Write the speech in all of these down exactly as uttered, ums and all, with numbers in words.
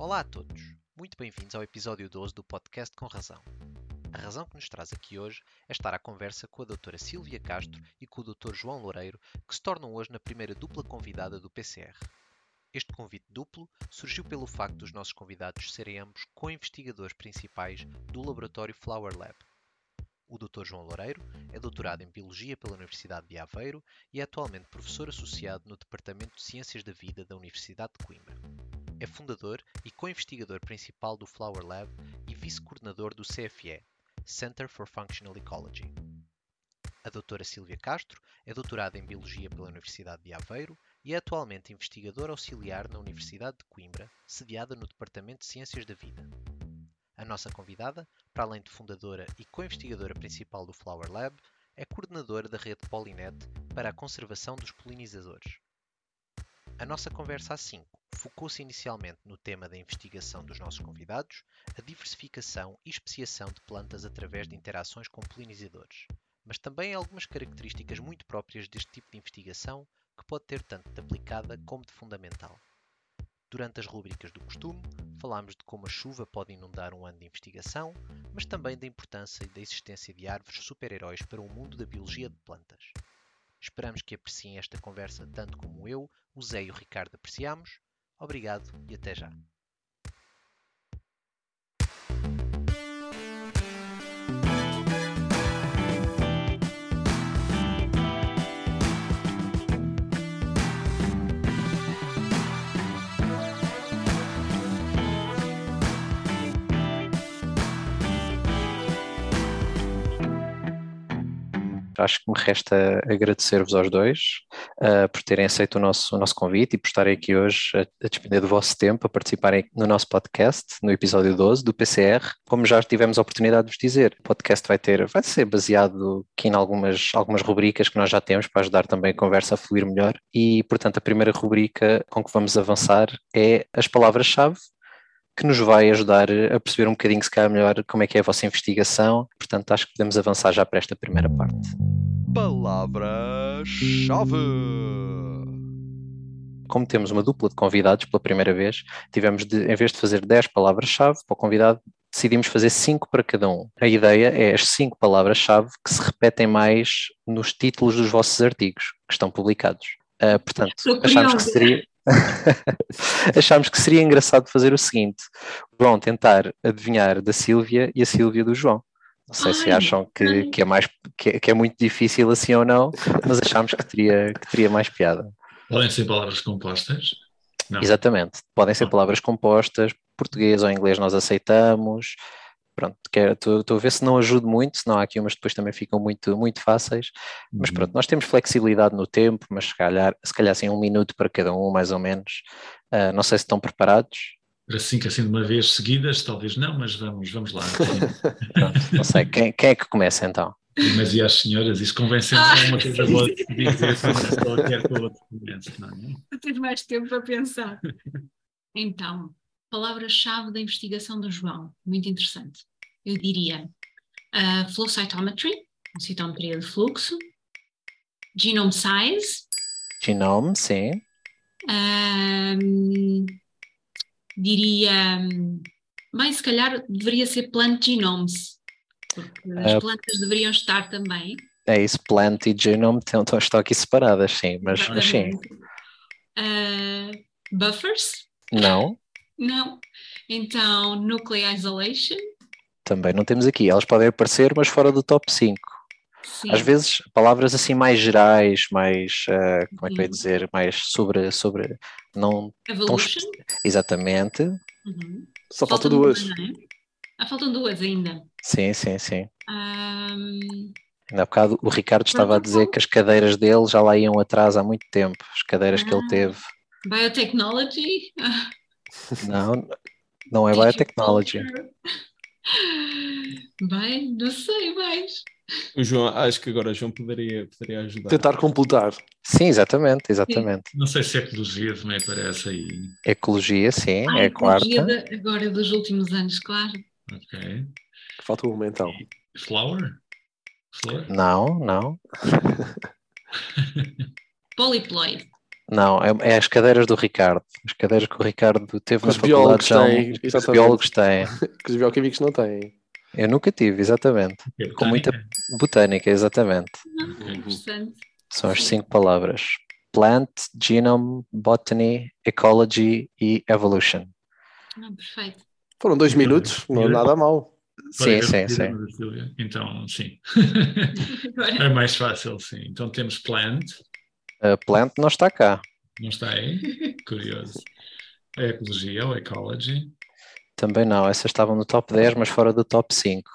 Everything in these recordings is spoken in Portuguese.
Olá a todos, muito bem-vindos ao episódio doze do podcast Com Razão. A razão que nos traz aqui hoje é estar à conversa com a doutora Sílvia Castro e com o doutor João Loureiro, que se tornam hoje na primeira dupla convidada do P C R. Este convite duplo surgiu pelo facto dos nossos convidados serem ambos co-investigadores principais do laboratório Flower Lab. O doutor João Loureiro é doutorado em Biologia pela Universidade de Aveiro e é atualmente professor associado no Departamento de Ciências da Vida da Universidade de Coimbra. É fundador e co-investigador principal do Flower Lab e vice-coordenador do C F E, Center for Functional Ecology. A doutora Sílvia Castro é doutorada em Biologia pela Universidade de Aveiro e é atualmente investigadora auxiliar na Universidade de Coimbra, sediada no Departamento de Ciências da Vida. A nossa convidada, para além de fundadora e co-investigadora principal do Flower Lab, é coordenadora da rede Polinet para a conservação dos polinizadores. A nossa conversa a cinco focou-se inicialmente no tema da investigação dos nossos convidados, a diversificação e especiação de plantas através de interações com polinizadores, mas também algumas características muito próprias deste tipo de investigação que pode ter tanto de aplicada como de fundamental. Durante as rúbricas do costume, falámos de como a chuva pode inundar um ano de investigação, mas também da importância da existência de árvores super-heróis para o mundo da biologia de plantas. Esperamos que apreciem esta conversa tanto como eu, o Zé e o Ricardo apreciamos. Obrigado e até já. Acho que me resta agradecer-vos aos dois uh, por terem aceito o nosso, o nosso convite e por estarem aqui hoje a, a despender do vosso tempo, a participarem no nosso podcast, no episódio doze do P C R. Como já tivemos a oportunidade de vos dizer, o podcast vai, ter, vai ser baseado aqui em algumas, algumas rubricas que nós já temos para ajudar também a conversa a fluir melhor e, portanto, a primeira rubrica com que vamos avançar é as palavras-chave, que nos vai ajudar a perceber um bocadinho, se calhar, melhor como é que é a vossa investigação. Portanto, acho que podemos avançar já para esta primeira parte. Palavra-chave! Como temos uma dupla de convidados pela primeira vez, tivemos de, em vez de fazer dez palavras-chave para o convidado, decidimos fazer cinco para cada um. A ideia é as cinco palavras-chave que se repetem mais nos títulos dos vossos artigos que estão publicados. Uh, portanto, achámos que seria... Achámos que seria engraçado fazer o seguinte: o João tentar adivinhar da Sílvia e a Sílvia do João. Não sei ai, se acham que, que, é mais, que, é, que é muito difícil assim ou não, mas achámos que teria, que teria mais piada. Podem ser palavras compostas? Não. Exatamente, podem ser não. palavras compostas, português ou inglês nós aceitamos. Pronto, estou a ver se não ajudo muito, senão há aqui umas que depois também ficam muito, muito fáceis, uhum. Mas pronto, nós temos flexibilidade no tempo, mas se calhar, se calhar assim um minuto para cada um, mais ou menos. Uh, não sei se estão preparados. Para cinco assim de uma vez seguidas, talvez não, mas vamos, vamos lá. Pronto, não sei, quem, quem é que começa então? Mas e às senhoras, isso convence ah, uma coisa boa de dizer, só quer que o outro comece, não é? Eu tenho mais tempo para pensar. Então... Palavra-chave da investigação do João, muito interessante. Eu diria uh, flow cytometry, citometria de fluxo, genome size. Genome, sim. Um, diria, bem, se calhar deveria ser plant genomes, porque uh, as plantas deveriam estar também. É isso, plant e genome estão, estão aqui separadas, sim, mas, mas sim. Uh, buffers? Não. Não. Então, nuclei isolation? Também não temos aqui. Elas podem aparecer, mas fora do top cinco. Sim. Às vezes, palavras assim mais gerais, mais, uh, como é que eu ia dizer, mais sobre... sobre não Evolution? Tão... Exatamente. Uhum. Só faltam duas. Uma, não é? Ah, faltam duas ainda. Sim, sim, sim. Um... Ainda há bocado o Ricardo estava a dizer que as cadeiras dele já lá iam atrás há muito tempo. As cadeiras ah. que ele teve. Biotechnology? Não, não é biotechnology. Bem, não sei mais. O João, acho que agora o João poderia, poderia ajudar. Tentar completar. Sim, exatamente, exatamente. Sim. Não sei se ecologia também aparece aí. Ecologia, sim, ah, é a quarta. De, agora dos últimos anos, claro. Ok. Falta uma então. E flower? Flower? Não, não. Polyploid. Não, é, é as cadeiras do Ricardo. As cadeiras que o Ricardo teve Que na os biólogos faculdade são têm, que os exatamente. biólogos têm. Que os bioquímicos não têm. Eu nunca tive, exatamente. É Com muita botânica? botânica, exatamente. Ah, interessante. São as Sim. cinco palavras: Plant, Genome, Botany, Ecology e Evolution. Ah, perfeito. Foram dois minutos, não é nada mal. Sim, Vai sim, repetir, sim. Ana Silvia? Então, sim. Agora, É mais fácil, sim. Então temos plant, A Plant não está cá. não está aí? Curioso. A ecologia, ou ecology. Também não. Essas estavam no top dez, mas fora do top cinco.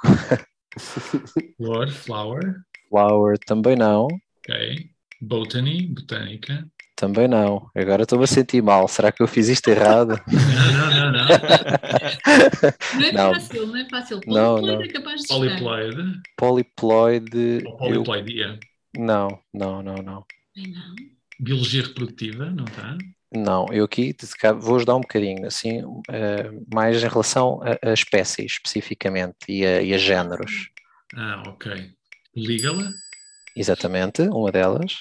Flor, flower, Flower também não. ok. Botany, botânica. Também não. Agora estou-me a sentir mal. Será que eu fiz isto errado? Não, não, não, não. não é Não. fácil, não é fácil. Não, Poliploide não. é capaz de chegar. Poliploide, Poliploide. ou Eu... poliploidia. Não, não, não, não. Ai, não. Biologia reprodutiva, não está? Não, eu aqui se calhar, vou ajudar um bocadinho, assim, eh, mais em relação a, a espécies especificamente e a, e a géneros. Ah, ok. Polígala, Exatamente, uma delas.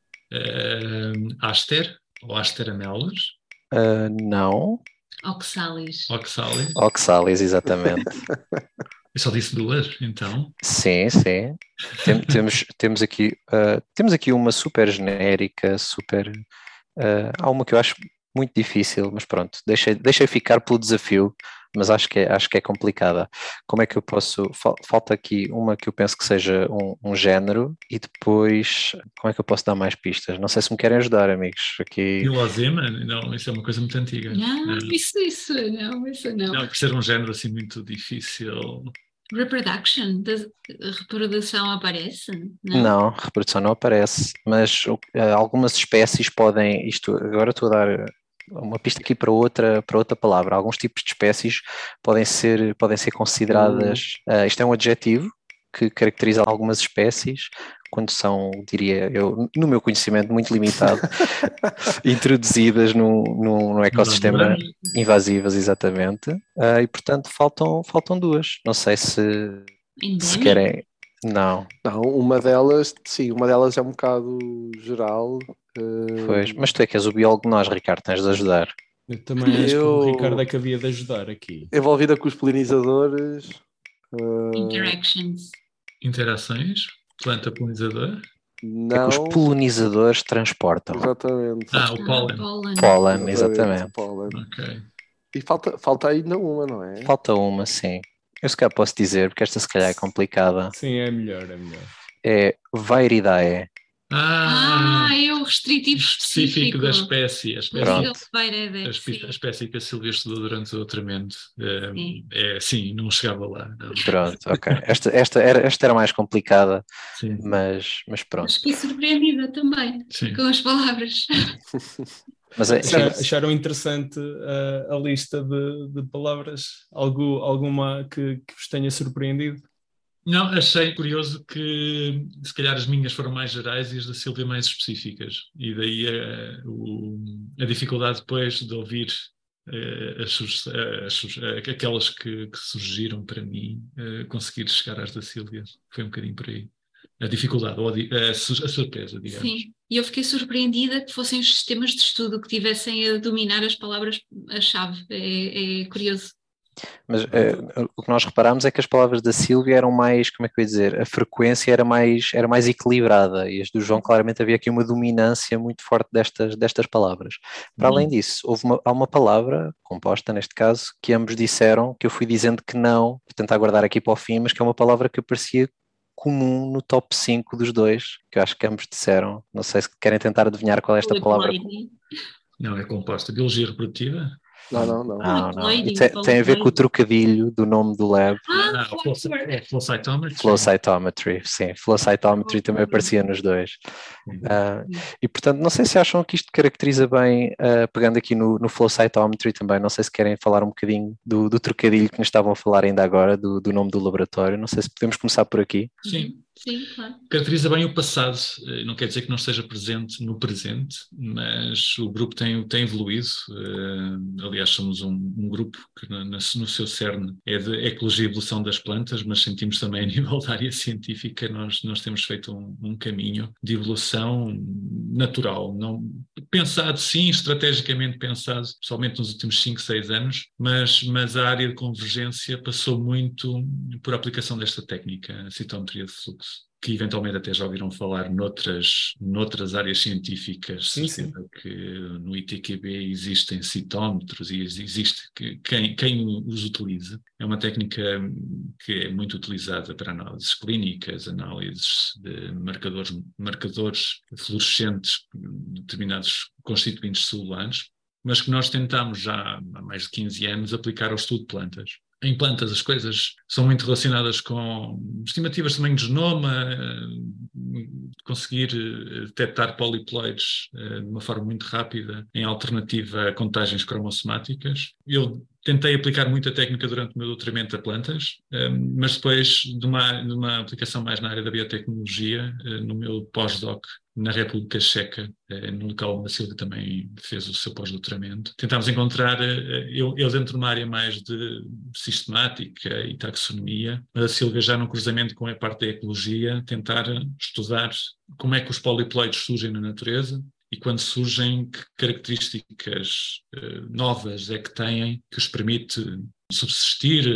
uh, Aster, ou Asteramelos, Ah, não, Oxalis. Oxalis. Oxalis, exatamente. Eu só disse duas, então. Sim, sim. Tem- temos, temos, aqui, ah, temos aqui uma super genérica, super. ah, há uma que eu acho muito difícil, mas pronto, deixei, deixei ficar pelo desafio, mas acho que é, acho que é complicada. Como é que eu posso. fal- Falta aqui uma que eu penso que seja um, um género e depois. Como é que eu posso dar mais pistas? Não sei se me querem ajudar, amigos. Aqui. Filozema, não, isso é uma coisa muito antiga. Não, Não, isso, isso, não, isso não. não, por ser um género assim muito difícil. Reproduction, da a reprodução aparece? Não? Não, reprodução não aparece, mas o- eh, algumas espécies podem, isto agora estou a dar eh, uma pista aqui para outra, para outra palavra, alguns tipos de espécies podem ser, podem ser consideradas, eh, isto é um adjetivo que caracteriza algumas espécies quando são, diria eu, no meu conhecimento muito limitado, introduzidas num, num, num ecossistema invasivas, exatamente, Ah, e portanto faltam, faltam duas, não sei se, se Endémico? querem, não. Não, uma delas, sim, uma delas é um bocado geral. eh, Pois, mas tu é que és o biólogo de nós, Ricardo, tens de ajudar. Eu também acho que Eu- o Ricardo é que havia de ajudar aqui. envolvida com os polinizadores. eh, Interactions. Interações, planta polinizador. É que os não, polinizadores transportam. exatamente. Ah, o pólen. Pólen. Pólen, exatamente. pólen. Ok. E falta, falta ainda uma, não é? Falta uma, sim. Eu se calhar posso dizer, porque esta se calhar é complicada. Sim, é melhor, é melhor. É Vairidae. Ah, Ah, é o restritivo específico específico. da espécie. A espécie, Pronto. Legal Vairede, a espé- sim. a espécie que a Silvia estudou durante o doutoramento. eh, Sim. É, sim, não chegava lá. Não. Pronto, ok. Esta, esta, era, esta era mais complicada, Sim, mas, mas pronto. Mas fiquei surpreendida também sim. com as palavras. Mas é, Achar- sim, acharam interessante uh, a lista de, de palavras? Algo, alguma que, que vos tenha surpreendido? Não, achei curioso que se calhar as minhas foram mais gerais e as da Silvia mais específicas. E daí eh, o- a dificuldade depois de ouvir eh, as, suge- eh, as suge- eh, aquelas que, que surgiram para mim, eh, conseguir chegar às da Silvia. Foi um bocadinho por aí. A dificuldade, ou a, di- a su- a surpresa, digamos. Sim, e eu fiquei surpreendida que fossem os sistemas de estudo que tivessem a dominar as palavras-chave. É, é curioso. mas eh, o que nós reparámos é que as palavras da Sílvia eram mais, como é que eu ia dizer, a frequência era mais, era mais equilibrada e as do João claramente havia aqui uma dominância muito forte destas, destas palavras. Para além disso, houve uma, há uma palavra composta, neste caso, que ambos disseram, que eu fui dizendo que não, vou tentar guardar aqui para o fim, mas que é uma palavra que aparecia comum no top cinco dos dois, que eu acho que ambos disseram. Não sei se querem tentar adivinhar qual é esta palavra. Polyploidy. Não, é composta. Biologia reprodutiva? Não, não, não. Não, não. Polyploidy, E te- tem a ver com o polyploidy. trocadilho do nome do lab. Ah, Ah, flow, é flow cytometry. Flow cytometry, sim, flow cytometry também Uhum. aparecia nos dois. Sim. Ah, e portanto, não sei se acham que isto caracteriza bem, ah, pegando aqui no, no flow cytometry também, não sei se querem falar um bocadinho do, do trocadilho que nos estavam a falar ainda agora, do, do nome do laboratório, não sei se podemos começar por aqui. Sim. Sim, claro. Caracteriza bem o passado, não quer dizer que não esteja presente no presente, mas o grupo tem, tem evoluído. Uh, aliás, somos um, um grupo que no, no seu cerne é de ecologia e evolução das plantas, mas sentimos também a nível da área científica, nós, nós temos feito um, um caminho de evolução natural, não, pensado sim, estrategicamente pensado, somente nos últimos cinco, seis anos, mas, mas a área de convergência passou muito por aplicação desta técnica, a citometria de fluxo, que eventualmente até já ouviram falar noutras, noutras áreas científicas, sim, sim. que no I T Q B existem citómetros e existe que, quem, quem os utiliza. É uma técnica que é muito utilizada para análises clínicas, análises de marcadores, marcadores fluorescentes de determinados constituintes celulares, mas que nós tentamos já há mais de quinze anos aplicar ao estudo de plantas. Em plantas as coisas são muito relacionadas com estimativas de tamanho de genoma, conseguir detectar poliploides de uma forma muito rápida, em alternativa a contagens cromossomáticas. Eu tentei aplicar muita técnica durante o meu doutoramento a plantas, mas depois de uma, de uma aplicação mais na área da biotecnologia, no meu pós-doc na República Checa, no local onde a Silvia também fez o seu pós-doutoramento. Tentámos encontrar, eu, eu dentro de uma área mais de sistemática e taxonomia, mas a Silvia já no cruzamento com a parte da ecologia, tentar estudar como é que os poliploides surgem na natureza, e quando surgem, que características uh, novas é que têm que os permite subsistir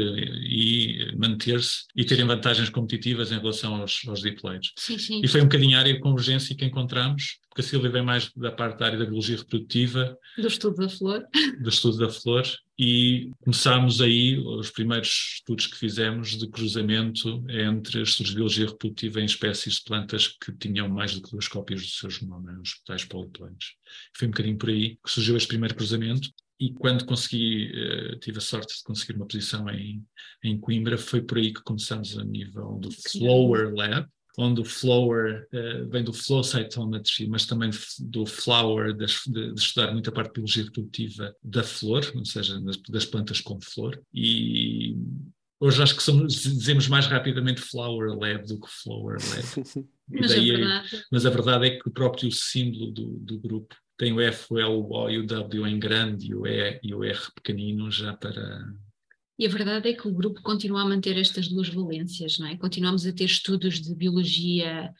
e manter-se e terem vantagens competitivas em relação aos, aos diploides. Sim, sim. E foi um bocadinho a área de convergência que encontramos, porque a Silvia vem mais da parte da área da biologia reprodutiva. Do estudo da flor. Do estudo da flor. E começámos aí os primeiros estudos que fizemos de cruzamento entre estudos de biologia reprodutiva em espécies de plantas que tinham mais do que duas cópias do seu genoma, os tais poliploides. Foi um bocadinho por aí que surgiu este primeiro cruzamento. E quando consegui, uh, tive a sorte de conseguir uma posição em, em Coimbra, foi por aí que começamos a nível do Flower Lab, onde o Flower uh, vem do Flow Cytometry, mas também do Flower, de, de, de estudar muita parte de biologia reprodutiva da flor, ou seja, das, das plantas com flor. E hoje acho que somos, dizemos mais rapidamente Flower Lab do que Flower Lab. mas, daí, a verdade... mas a verdade é que o próprio símbolo do, do grupo tem o F, o L, o O e o W em grande e o E e o R pequenino já para... E a verdade é que o grupo continua a manter estas duas valências, não é? Continuamos a ter estudos de biologia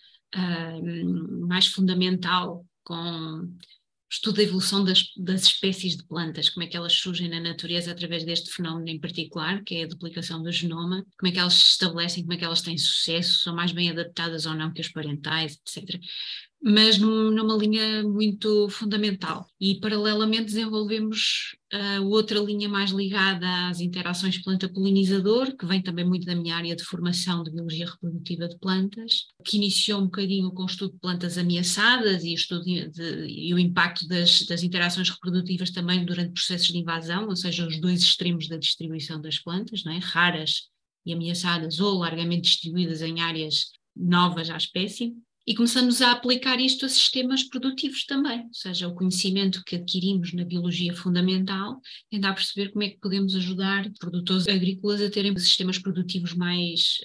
uh, mais fundamental, com estudo da evolução das, das espécies de plantas, como é que elas surgem na natureza através deste fenómeno em particular, que é a duplicação do genoma, como é que elas se estabelecem, como é que elas têm sucesso, são mais bem adaptadas ou não que os parentais, etcétera. Mas num, numa linha muito fundamental. E, paralelamente, desenvolvemos uh, outra linha mais ligada às interações planta-polinizador, que vem também muito da minha área de formação de biologia reprodutiva de plantas, que iniciou um bocadinho com o estudo de plantas ameaçadas e, estudo de, de, e o impacto das, das interações reprodutivas também durante processos de invasão, ou seja, os dois extremos da distribuição das plantas, não é? Raras e ameaçadas ou largamente distribuídas em áreas novas à espécie. E começamos a aplicar isto a sistemas produtivos também, ou seja, o conhecimento que adquirimos na biologia fundamental, tentar perceber como é que podemos ajudar produtores agrícolas a terem sistemas produtivos mais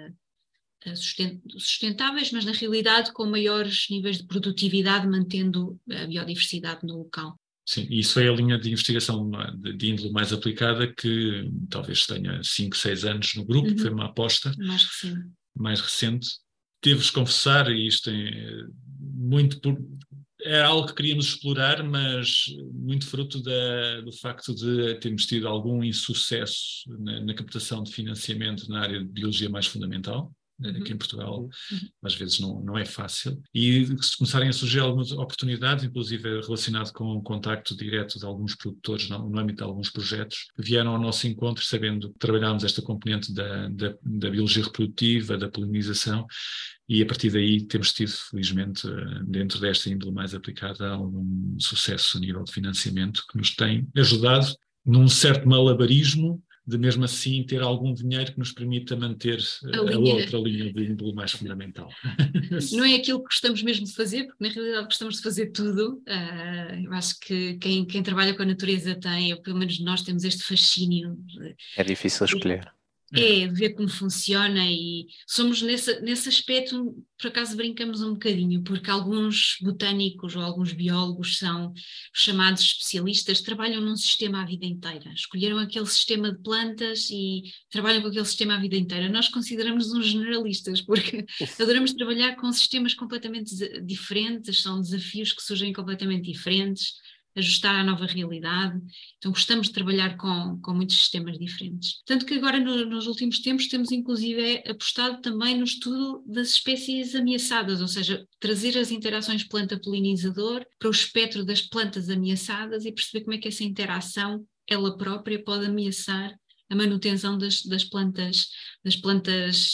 uh, sustentáveis, mas na realidade com maiores níveis de produtividade, mantendo a biodiversidade no local. Sim, e isso foi a linha de investigação de índole mais aplicada, que talvez tenha cinco, seis anos no grupo, uhum. Foi uma aposta mais recente. mais recente. Devo-vos confessar, e isto é muito por, era algo que queríamos explorar, mas muito fruto da, do facto de termos tido algum insucesso na, na captação de financiamento na área de biologia mais fundamental. Aqui em Portugal, uhum. Às vezes não, não é fácil. E se começarem a surgir algumas oportunidades, inclusive relacionado com o contacto direto de alguns produtores no, no âmbito de alguns projetos, que vieram ao nosso encontro sabendo que trabalhámos esta componente da, da, da biologia reprodutiva, da polinização, e a partir daí temos tido, felizmente, dentro desta índole mais aplicada, algum sucesso a nível de financiamento que nos tem ajudado num certo malabarismo, de mesmo assim ter algum dinheiro que nos permita manter a, a outra linha de índole mais fundamental. Não é aquilo que gostamos mesmo de fazer, porque na realidade gostamos de fazer tudo. Uh, eu acho que quem, quem trabalha com a natureza tem, ou pelo menos nós temos este fascínio. É difícil escolher. é ver como funciona, e somos nesse, nesse aspecto, por acaso brincamos um bocadinho, porque alguns botânicos ou alguns biólogos são chamados especialistas, trabalham num sistema a vida inteira, escolheram aquele sistema de plantas e trabalham com aquele sistema a vida inteira. Nós consideramos-nos uns generalistas, porque adoramos trabalhar com sistemas completamente diferentes, são desafios que surgem completamente diferentes, ajustar à nova realidade, então gostamos de trabalhar com, com muitos sistemas diferentes. Tanto que agora no, nos últimos tempos temos inclusive apostado também no estudo das espécies ameaçadas, ou seja, trazer as interações planta-polinizador para o espectro das plantas ameaçadas e perceber como é que essa interação, ela própria, pode ameaçar a manutenção das, das plantas, das plantas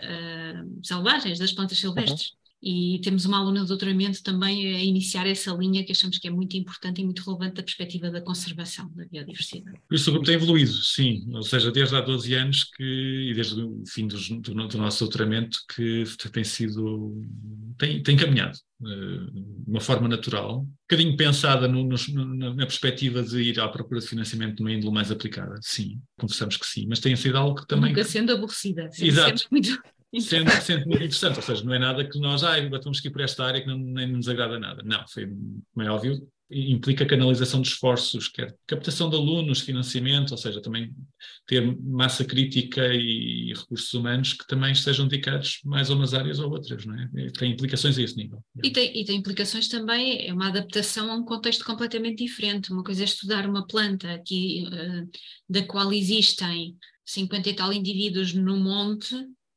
uh, uh, selvagens, das plantas silvestres. Uhum. E temos uma aluna de doutoramento também a iniciar essa linha que achamos que é muito importante e muito relevante da perspectiva da conservação da biodiversidade. Por isso o grupo tem evoluído, sim, ou seja, desde há doze anos que, e desde o fim do, do, do nosso doutoramento, que tem sido, tem, tem caminhado uh, de uma forma natural, um bocadinho pensada no, no, na perspectiva de ir à procura de financiamento de uma índole mais aplicada, sim, confessamos que sim, mas tem sido algo que também... Nunca sendo aborrecida, sempre, Exato. Sempre muito... Sendo, sendo muito interessante, ou seja, não é nada que nós, ah, vamos aqui por esta área que não, nem nos agrada nada. Não, foi, como é óbvio, implica canalização de esforços, quer captação de alunos, financiamento, ou seja, também ter massa crítica e recursos humanos que também estejam dedicados mais a umas áreas ou outras, não é? Tem implicações a esse nível. E tem, e tem implicações também, é uma adaptação a um contexto completamente diferente. Uma coisa é estudar uma planta aqui, uh, da qual existem cinquenta e tal indivíduos no monte,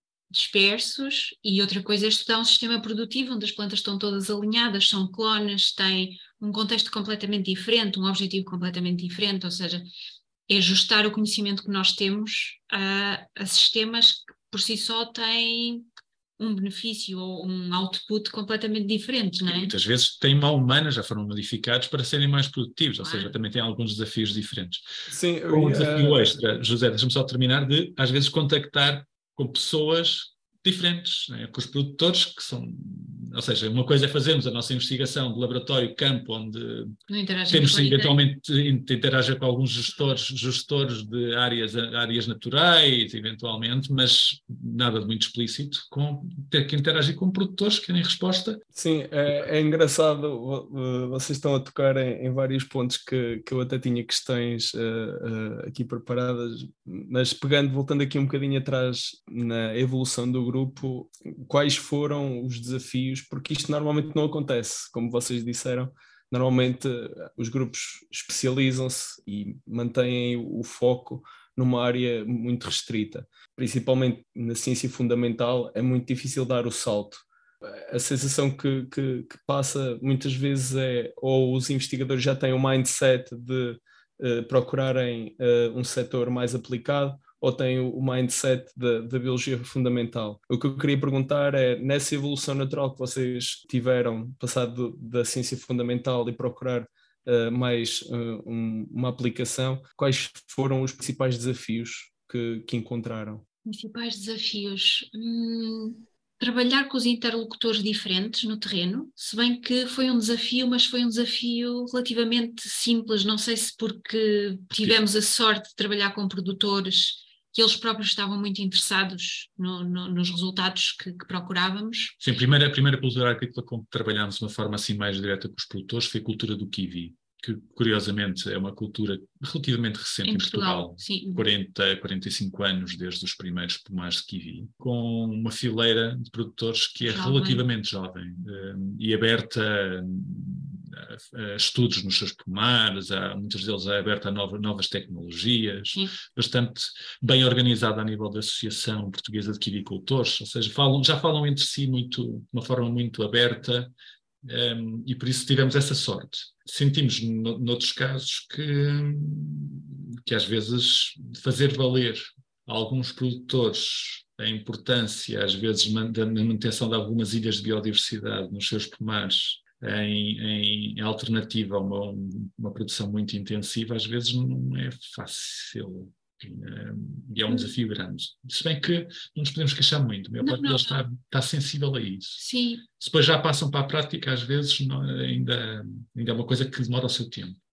dispersos, e outra coisa é estudar um sistema produtivo onde as plantas estão todas alinhadas, são clones, têm um contexto completamente diferente, um objetivo completamente diferente, ou seja, é ajustar o conhecimento que nós temos a, a sistemas que por si só têm um benefício ou um output completamente diferente, não é? E muitas vezes têm mão humana, já foram modificados para serem mais produtivos, ou ah. seja, também têm alguns desafios diferentes. Sim, um ia... desafio extra, José, deixa-me só terminar, de às vezes contactar com pessoas diferentes, né? Com os produtores que são, ou seja, uma coisa é fazermos a nossa investigação de laboratório, campo, onde temos eventualmente interagir com alguns gestores, gestores de áreas, áreas naturais, eventualmente, mas nada de muito explícito, com ter que interagir com produtores que querem resposta. Sim, é, é engraçado, vocês estão a tocar em, em vários pontos que, que eu até tinha questões uh, uh, aqui preparadas, mas pegando, voltando aqui um bocadinho atrás na evolução do grupo, quais foram os desafios, porque isto normalmente não acontece, como vocês disseram, normalmente os grupos especializam-se e mantêm o foco numa área muito restrita, principalmente na ciência fundamental é muito difícil dar o salto. A sensação que, que, que passa muitas vezes é ou os investigadores já têm o mindset de uh, procurarem uh, um setor mais aplicado, ou têm o mindset da, da biologia fundamental. O que eu queria perguntar é, nessa evolução natural que vocês tiveram, passado da ciência fundamental e procurar uh, mais uh, um, uma aplicação, quais foram os principais desafios que, que encontraram? Principais desafios? Hum, trabalhar com os interlocutores diferentes no terreno, se bem que foi um desafio, mas foi um desafio relativamente simples, não sei se porque tivemos a sorte de trabalhar com produtores que eles próprios estavam muito interessados no, no, nos resultados que, que procurávamos. Sim, a primeira, a primeira cultura agrícola com que trabalhámos de uma forma assim mais direta com os produtores foi a cultura do kiwi, que curiosamente é uma cultura relativamente recente em, em Portugal, Portugal sim. quarenta, quarenta e cinco anos desde os primeiros pomares de kiwi, com uma fileira de produtores que é jovem. relativamente jovem um, e aberta a, a estudos nos seus pomares, há, muitos deles é aberta a nova, novas tecnologias, sim. bastante bem organizada a nível da Associação Portuguesa de Kiwicultores, ou seja, falam, já falam entre si muito, de uma forma muito aberta. Um, e por isso tivemos essa sorte. Sentimos, no, noutros casos, que, que às vezes fazer valer a alguns produtores a importância, às vezes, da manutenção de algumas ilhas de biodiversidade nos seus pomares em, em alternativa a uma, uma produção muito intensiva, às vezes não é fácil. E é um desafio grande. Se bem que não nos podemos queixar muito, a maior parte deles está, está sensível a isso. Sim. Se depois já passam para a prática, às vezes não, ainda, ainda é uma coisa que demora o seu tempo.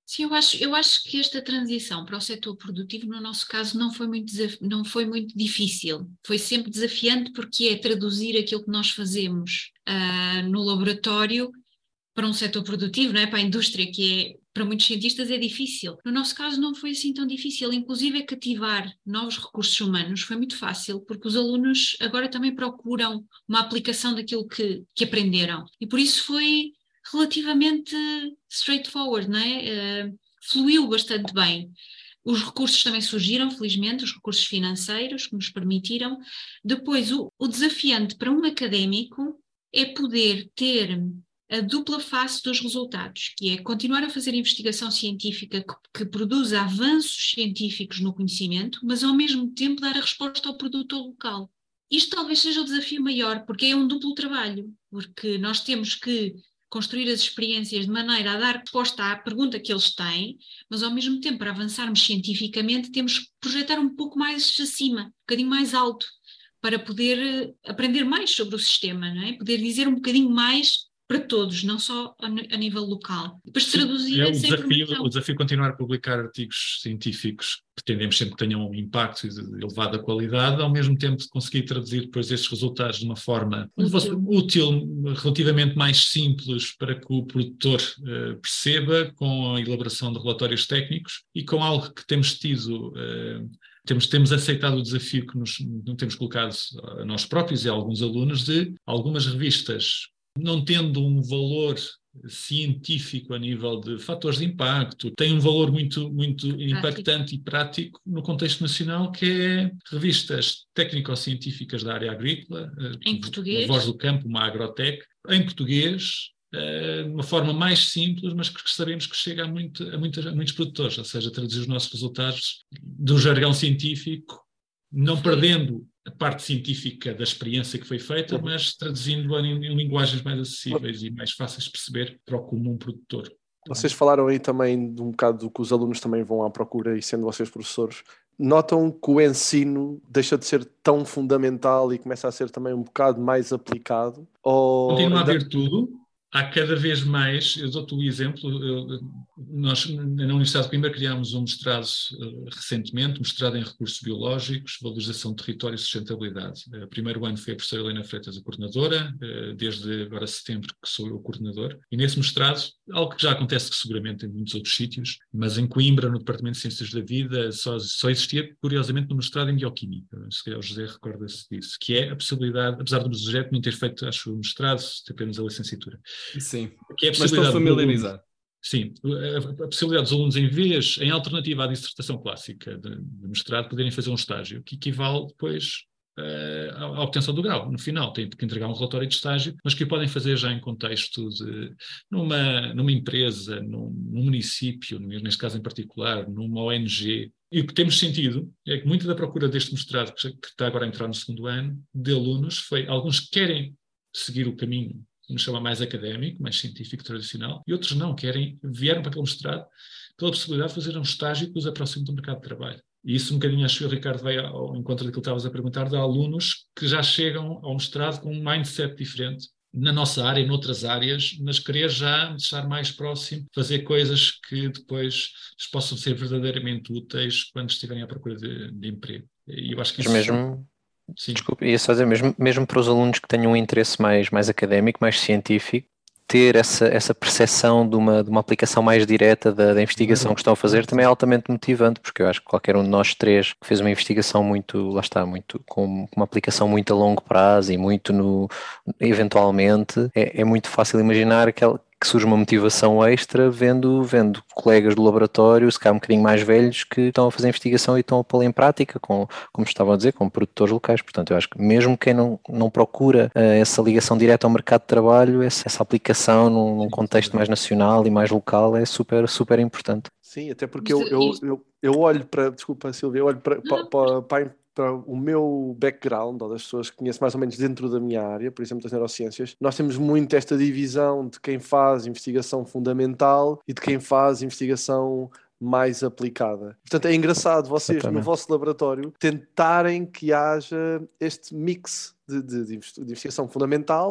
Sim, eu acho, eu acho que esta transição para o setor produtivo, no nosso caso, não foi muito, desaf- não foi muito difícil. Foi sempre desafiante porque é traduzir aquilo que nós fazemos ah, no laboratório para um setor produtivo, não é? Para a indústria, que é, para muitos cientistas é difícil. No nosso caso não foi assim tão difícil, inclusive é cativar novos recursos humanos foi muito fácil, porque os alunos agora também procuram uma aplicação daquilo que, que aprenderam. E por isso foi relativamente straightforward, não é? Uh, fluiu bastante bem. Os recursos também surgiram, felizmente, os recursos financeiros que nos permitiram. Depois, o, o desafiante para um académico é poder ter a dupla face dos resultados, que é continuar a fazer investigação científica que, que produza avanços científicos no conhecimento, mas ao mesmo tempo dar a resposta ao produtor local. Isto talvez seja o desafio maior, porque é um duplo trabalho, porque nós temos que construir as experiências de maneira a dar resposta à pergunta que eles têm, mas ao mesmo tempo, para avançarmos cientificamente, temos que projetar um pouco mais acima, um bocadinho mais alto, para poder aprender mais sobre o sistema, não é? Poder dizer um bocadinho mais para todos, não só a, a nível local. Depois Sim, traduzir é o essa desafio, informação. o desafio é continuar a publicar artigos científicos, pretendemos sempre que tenham um impacto de elevada qualidade, ao mesmo tempo de conseguir traduzir depois estes resultados de uma forma útil, útil relativamente mais simples para que o produtor uh, perceba, com a elaboração de relatórios técnicos e com algo que temos tido... Uh, Temos, temos aceitado o desafio que nos, nos temos colocado a nós próprios e a alguns alunos de algumas revistas não tendo um valor científico a nível de fatores de impacto, tem um valor muito, muito impactante e prático no contexto nacional, que é revistas técnico-científicas da área agrícola, em português, a Voz do Campo, uma agrotec, em português, de uma forma mais simples, mas que sabemos que chega a, muito, a, muitos, a muitos produtores, ou seja, traduzir os nossos resultados do jargão científico, não Sim. perdendo a parte científica da experiência que foi feita, uhum. mas traduzindo-a em, em linguagens mais acessíveis uhum. e mais fáceis de perceber para o comum produtor. Vocês falaram aí também de um bocado do que os alunos também vão à procura, e sendo vocês professores, notam que o ensino deixa de ser tão fundamental e começa a ser também um bocado mais aplicado? Ou Continua a ainda... haver tudo. Há cada vez mais, eu dou-te um exemplo, eu, nós na Universidade de Coimbra criámos um mestrado uh, recentemente, um mestrado em recursos biológicos, valorização de território e sustentabilidade. O uh, primeiro ano foi a professora Helena Freitas a coordenadora, uh, desde agora setembro que sou eu o coordenador, e nesse mestrado, algo que já acontece seguramente em muitos outros sítios, mas em Coimbra, no Departamento de Ciências da Vida, só, só existia, curiosamente, no mestrado em Bioquímica, se calhar o José recorda-se disso, que é a possibilidade, apesar do José não ter feito, acho, o mestrado, ter apenas a licenciatura. Sim, que é a mas estou familiarizado. Sim, a, a possibilidade dos alunos, em vez, em alternativa à dissertação clássica de, de mestrado, poderem fazer um estágio, que equivale depois uh, à, à obtenção do grau. No final, têm que entregar um relatório de estágio, mas que o podem fazer já em contexto de, numa, numa empresa, num, num município, neste caso em particular, numa O N G. E o que temos sentido é que muita da procura deste mestrado, que, já, que está agora a entrar no segundo ano, de alunos, foi alguns que querem seguir o caminho nos chama mais académico, mais científico, tradicional, e outros não, querem, vieram para aquele mestrado pela possibilidade de fazer um estágio que os aproxime do mercado de trabalho. E isso um bocadinho, acho que o Ricardo veio ao encontro daquilo que estavas a perguntar, de alunos que já chegam ao mestrado com um mindset diferente, na nossa área e noutras áreas, mas querer já estar mais próximo, fazer coisas que depois possam ser verdadeiramente úteis quando estiverem à procura de, de emprego. E eu acho que isso... Mas mesmo... Sim. Desculpe, ia só dizer, mesmo, mesmo para os alunos que tenham um interesse mais, mais académico, mais científico, ter essa, essa percepção de uma, de uma aplicação mais direta da, da investigação que estão a fazer também é altamente motivante, porque eu acho que qualquer um de nós três que fez uma investigação muito, lá está, muito, com uma aplicação muito a longo prazo e muito no, eventualmente, é, é muito fácil imaginar aquela que surge uma motivação extra vendo, vendo colegas do laboratório, se calhar um bocadinho mais velhos, que estão a fazer investigação e estão a pô-la em prática, com, como estavam a dizer, com produtores locais. Portanto, eu acho que mesmo quem não, não procura uh, essa ligação direta ao mercado de trabalho, essa, essa aplicação num, num contexto mais nacional e mais local é super, super importante. Sim, até porque eu, eu, eu, eu olho para, desculpa Silvia, eu olho para, para, para, para para o meu background, ou das pessoas que conheço mais ou menos dentro da minha área, por exemplo das neurociências, nós temos muito esta divisão de quem faz investigação fundamental e de quem faz investigação mais aplicada. Portanto, é engraçado vocês, Exatamente. no vosso laboratório, tentarem que haja este mix de, de, de investigação fundamental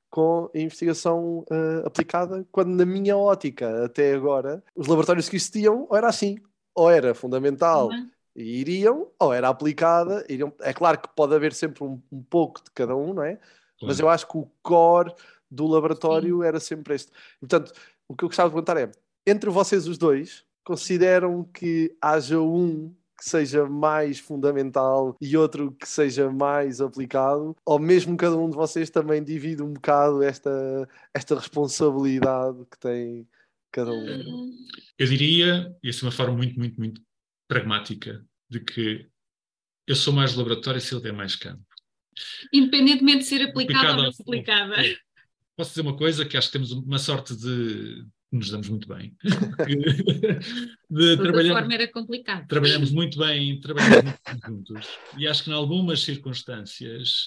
com a investigação uh, aplicada, quando na minha ótica, até agora, os laboratórios que existiam, ou era assim, ou era fundamental uhum. e iriam, ou era aplicada, iriam. É claro que pode haver sempre um, um pouco de cada um, não é? Claro. Mas eu acho que o core do laboratório Sim. era sempre este. Portanto, o que eu gostava de perguntar é, entre vocês os dois, consideram que haja um que seja mais fundamental e outro que seja mais aplicado, ou mesmo cada um de vocês também divide um bocado esta, esta responsabilidade que tem cada um? Eu diria, e essa é uma forma muito, muito, muito pragmática, de que eu sou mais laboratório e Silvia é mais campo. Independentemente de ser aplicada ou não aplicada. Posso dizer uma coisa, que acho que temos uma sorte de... nos damos muito bem. de de toda forma era complicado. Trabalhamos muito bem, trabalhamos muito juntos. E acho que em algumas circunstâncias,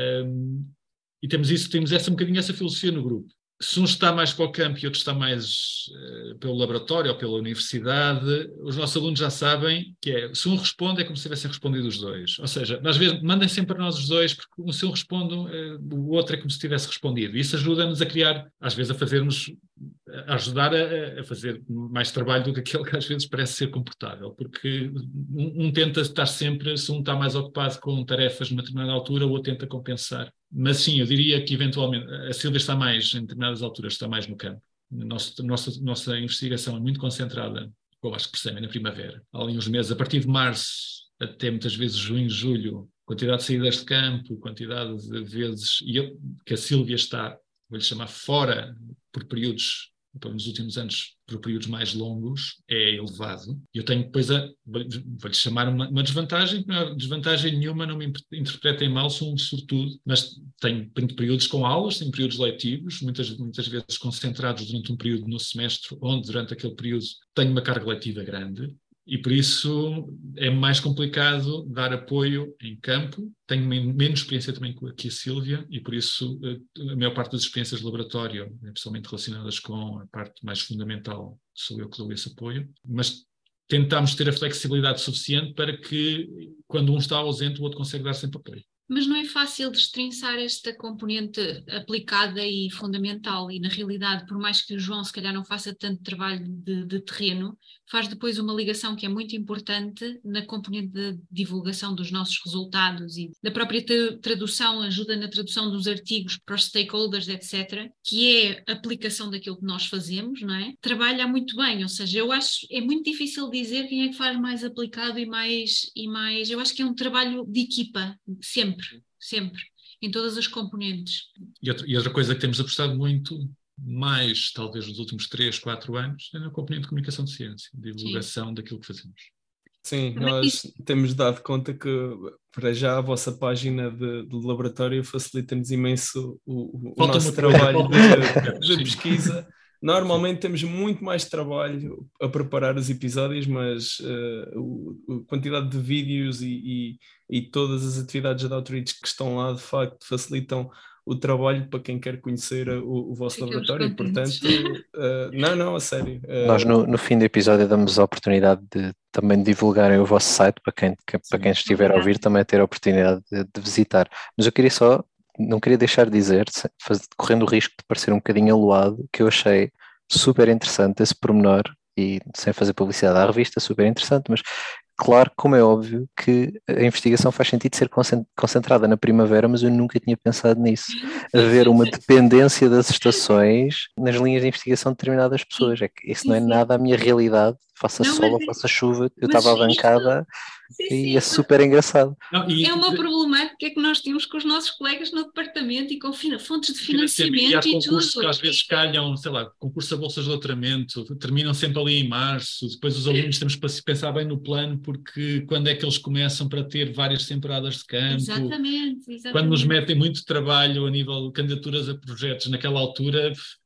um, e temos isso, temos essa, um bocadinho essa filosofia no grupo. Se um está mais para o campo e outro está mais uh, pelo laboratório ou pela universidade, os nossos alunos já sabem que é, se um responde é como se tivessem respondido os dois. Ou seja, às vezes mandem sempre para nós os dois, porque se um responde, uh, o outro é como se tivesse respondido. E isso ajuda-nos a criar, às vezes a fazermos, a ajudar a, a fazer mais trabalho do que aquele que às vezes parece ser comportável, porque um, um tenta estar sempre, se um está mais ocupado com tarefas numa determinada altura, o outro tenta compensar. Mas sim, eu diria que eventualmente a Silvia está mais, em determinadas alturas, está mais no campo. A nossa, nossa, nossa investigação é muito concentrada, eu acho que percebem, na primavera. Há ali uns meses, a partir de março até muitas vezes junho, julho, quantidade de saídas de campo, quantidade de vezes e eu, que a Silvia está, vou-lhe chamar, fora por períodos, nos últimos anos, por períodos mais longos, é elevado. E eu tenho depois a, vou-lhe chamar uma, uma desvantagem, não é desvantagem nenhuma, não me interpretem mal, sou um sortudo, mas tenho, tenho períodos com aulas, tenho períodos letivos, muitas, muitas vezes concentrados durante um período no semestre, onde durante aquele período tenho uma carga letiva grande. E por isso é mais complicado dar apoio em campo. Tenho menos experiência também que a Sílvia e por isso a maior parte das experiências de laboratório, pessoalmente relacionadas com a parte mais fundamental, sou eu que dou esse apoio. Mas tentamos ter a flexibilidade suficiente para que quando um está ausente o outro consegue dar sempre apoio. Mas não é fácil destrinçar esta componente aplicada e fundamental e, na realidade, por mais que o João se calhar não faça tanto trabalho de, de terreno, faz depois uma ligação que é muito importante na componente de divulgação dos nossos resultados e da própria tradução, ajuda na tradução dos artigos para os stakeholders, etcétera, que é a aplicação daquilo que nós fazemos, não é? Trabalha muito bem, ou seja, eu acho é muito difícil dizer quem é que faz mais aplicado e mais, e mais... Eu acho que é um trabalho de equipa, sempre. Sempre, em todas as componentes. E outra, e outra coisa que temos apostado muito, mais talvez nos últimos três, quatro anos, é na componente de comunicação de ciência, divulgação Sim. daquilo que fazemos. Sim, nós temos dado conta que, para já, a vossa página de, de laboratório facilita-nos imenso o, o nosso trabalho de, de pesquisa. Normalmente temos muito mais trabalho a preparar os episódios, mas uh, a quantidade de vídeos e, e, e todas as atividades de outreach que estão lá, de facto, facilitam o trabalho para quem quer conhecer o, o vosso Ficamos laboratório. Contentes. Portanto, uh, não, não, a sério. Uh, Nós, no, no fim do episódio, damos a oportunidade de também divulgarem o vosso site para quem, que, para quem estiver a ouvir também ter a oportunidade de, de visitar. Mas eu queria só... Não queria deixar de dizer, correndo o risco de parecer um bocadinho aluado, que eu achei super interessante esse pormenor, e sem fazer publicidade à revista, super interessante, mas claro, como é óbvio, que a investigação faz sentido ser concentrada na primavera, mas eu nunca tinha pensado nisso. Haver uma dependência das estações nas linhas de investigação de determinadas pessoas. É que isso não é nada a minha realidade, faça não, sol ou faça chuva, eu estava à bancada. Sim, sim. E é super engraçado. Não, e, é uma problemática que nós temos com os nossos colegas no departamento e com fontes de financiamento e, há e concursos tudo. Que às vezes calham, sei lá, concurso a bolsas de doutoramento, terminam sempre ali em março, depois os alunos temos para pensar bem no plano, porque quando é que eles começam para ter várias temporadas de campo? Exatamente, exatamente. Quando nos metem muito trabalho a nível de candidaturas a projetos naquela altura...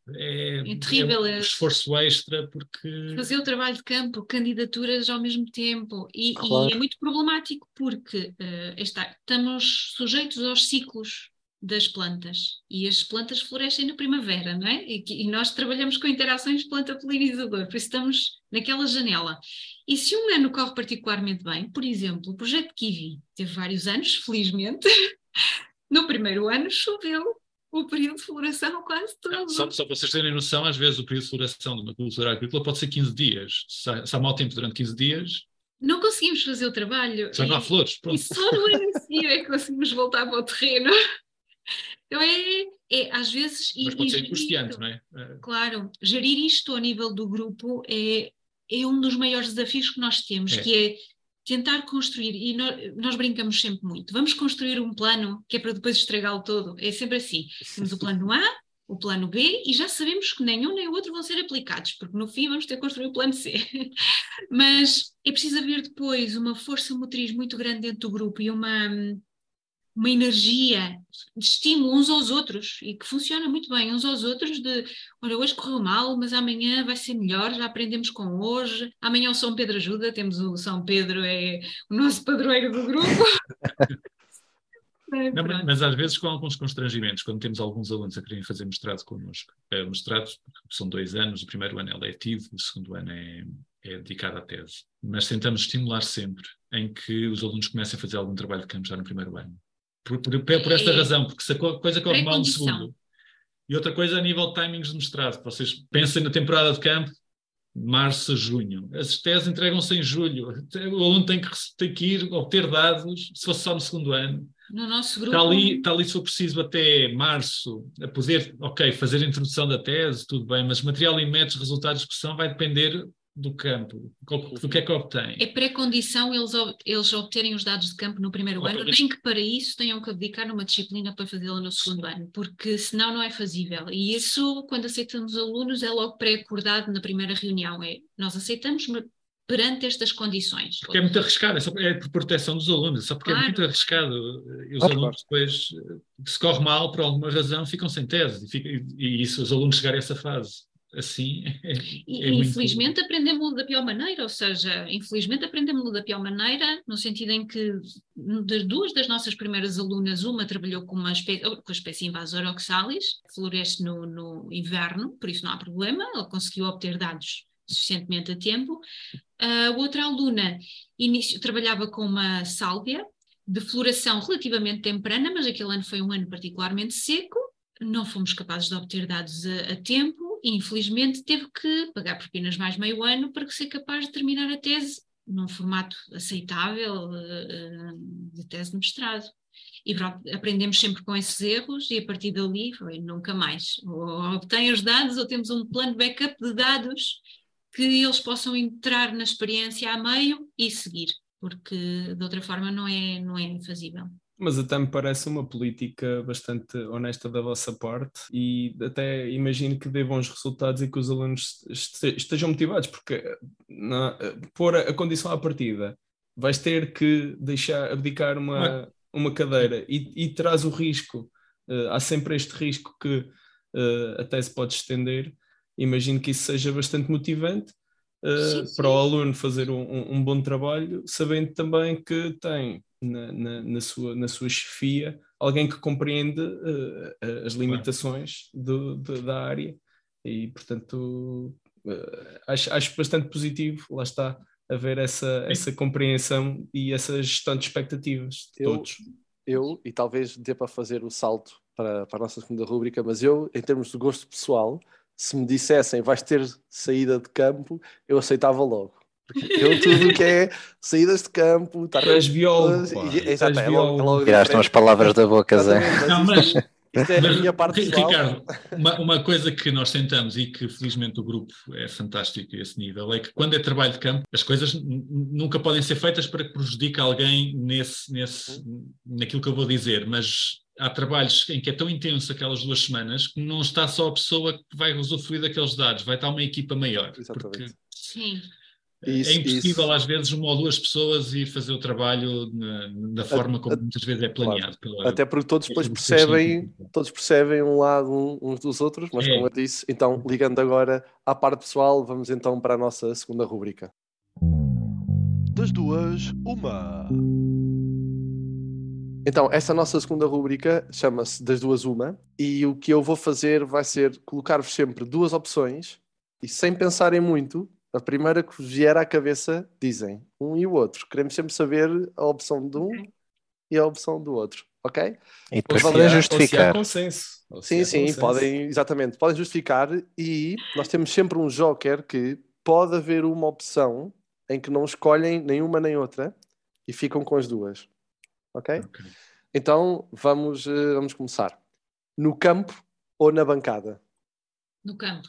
É, é terrível, é um esforço extra porque... Fazer o trabalho de campo, candidaturas ao mesmo tempo e, claro. E é muito problemático porque uh, está, estamos sujeitos aos ciclos das plantas e as plantas florescem na primavera, não é? E, e nós trabalhamos com interações planta-polinizador, por isso estamos naquela janela. E se um ano corre particularmente bem, por exemplo, o projeto Kiwi teve vários anos, felizmente, no primeiro ano choveu. o período de floração quase todo. Só, só para vocês terem noção, às vezes o período de floração de uma cultura agrícola pode ser quinze dias. Se há, se há mau tempo durante quinze dias, não conseguimos fazer o trabalho. já não há flores. E Pronto. só no ano a seguir é que conseguimos voltar para o terreno. Então é, é às vezes... Mas e, pode e ser gerir angustiante, isto, não é? É. Claro, gerir isto ao nível do grupo é, é um dos maiores desafios que nós temos, É. que é tentar construir, e nós, nós brincamos sempre muito, vamos construir um plano que é para depois estragá-lo todo. É sempre assim, temos o plano A, o plano B, e já sabemos que nenhum nem o outro vão ser aplicados, porque no fim vamos ter que construir o plano C. Mas é preciso haver depois uma força motriz muito grande dentro do grupo e uma, uma energia de estímulo uns aos outros, e que funciona muito bem, uns aos outros, de olha, hoje correu mal, mas amanhã vai ser melhor, já aprendemos com hoje, amanhã o São Pedro ajuda, temos o São Pedro, é o nosso padroeiro do grupo. É, Não, mas, mas às vezes com alguns constrangimentos, quando temos alguns alunos a quererem fazer mestrado connosco. É, o mestrado são dois anos, o primeiro ano é letivo, o segundo ano é, é dedicado à tese. Mas tentamos estimular sempre em que os alunos comecem a fazer algum trabalho de campo já no primeiro ano. Por, por, por esta É. razão, porque se a coisa corre mal no Pré-condição. segundo. E outra coisa a nível de timings de mestrado, vocês pensem na temporada de campo, março a junho. As teses entregam-se em julho. O aluno tem que, tem que ir obter dados, se fosse só no segundo ano. No nosso grupo... Está ali, está ali, se for preciso, até março, a poder, ok, fazer a introdução da tese, tudo bem, mas material e métodos, resultados de discussão vai depender do campo, do que é que obtém. É pré-condição eles, eles obterem os dados de campo no primeiro Ok. ano, nem que para isso tenham que dedicar uma disciplina para fazê-la no segundo ano, porque senão não é fazível. E isso, quando aceitamos alunos, é logo pré-acordado na primeira reunião. É, nós aceitamos perante estas condições. Porque é muito arriscado, é, só, é por proteção dos alunos, é só porque Claro. é muito arriscado. E os Ah, alunos claro. depois, se corre mal, por alguma razão, ficam sem tese. E, fica, e, e isso, os alunos chegarem a essa fase assim... É, E, é e muito... infelizmente aprendemos-lo da pior maneira, ou seja, infelizmente aprendemos-lo da pior maneira, no sentido em que das duas das nossas primeiras alunas, uma trabalhou com, uma espécie, com a espécie Invasora oxalis, que floresce no, no inverno, por isso não há problema, ela conseguiu obter dados suficientemente a tempo. A outra aluna inicio, trabalhava com uma sálvia de floração relativamente temprana, mas aquele ano foi um ano particularmente seco, não fomos capazes de obter dados a, a tempo e infelizmente teve que pagar propinas mais meio ano para ser capaz de terminar a tese num formato aceitável uh, de tese de mestrado. E pronto, aprendemos sempre com esses erros e a partir dali foi nunca mais. Ou obtém os dados ou temos um plano de backup de dados que eles possam entrar na experiência a meio e seguir, porque de outra forma não é, não é fazível. Mas até me parece uma política bastante honesta da vossa parte e até imagino que dê bons resultados e que os alunos estejam motivados, porque na, pôr a condição à partida, vais ter que deixar abdicar uma, uma cadeira e, e terás o risco, uh, há sempre este risco que uh, até se pode estender. Imagino que isso seja bastante motivante uh, sim, sim. para o aluno fazer um, um, um bom trabalho, sabendo também que tem na, na, na, sua, na sua chefia alguém que compreende uh, as limitações do, do, da área e, portanto, uh, acho, acho bastante positivo, lá está, haver essa, essa compreensão e essa gestão de expectativas de eu, todos. Eu, e talvez dê para fazer o salto para, para a nossa segunda rúbrica, mas eu, em termos de gosto pessoal, se me dissessem vais ter saída de campo, eu aceitava logo. Porque eu tudo o que é saídas de campo... Tu és biólogo, Exato, é logo, é logo tiraste umas palavras da boca, Zé. mas Não, mas, isto, isto é a mas, minha parte pessoal. Ricardo, uma, uma coisa que nós tentamos e que felizmente o grupo é fantástico a esse nível, é que quando é trabalho de campo, as coisas nunca podem ser feitas para que prejudique alguém nesse, nesse, naquilo que eu vou dizer, mas... Há trabalhos em que é tão intenso aquelas duas semanas que não está só a pessoa que vai usufruir daqueles dados, vai estar uma equipa maior. Exatamente. Porque Sim. Isso, é impossível isso. às vezes uma ou duas pessoas ir fazer o trabalho na, da forma como a, muitas vezes é planeado. Claro. Pela, Até porque todos depois percebem, todos percebem um lado uns dos outros, mas é. Como eu disse, então ligando agora à parte pessoal, vamos então para a nossa segunda rúbrica. Das duas, uma... Então, essa nossa segunda rúbrica chama-se Das Duas Uma, e o que eu vou fazer vai ser colocar-vos sempre duas opções e sem pensarem muito, a primeira que vos vier à cabeça dizem um e o outro. Queremos sempre saber a opção de um okay. e a opção do outro, ok? E depois Ou se podem há- ou se há justificar. consenso. Ou se Sim, há sim, consenso. podem, exatamente, podem justificar e nós temos sempre um joker que pode haver uma opção em que não escolhem nenhuma nem outra e ficam com as duas, ok? Ok. Então vamos, eh, vamos começar. No campo ou na bancada? No campo.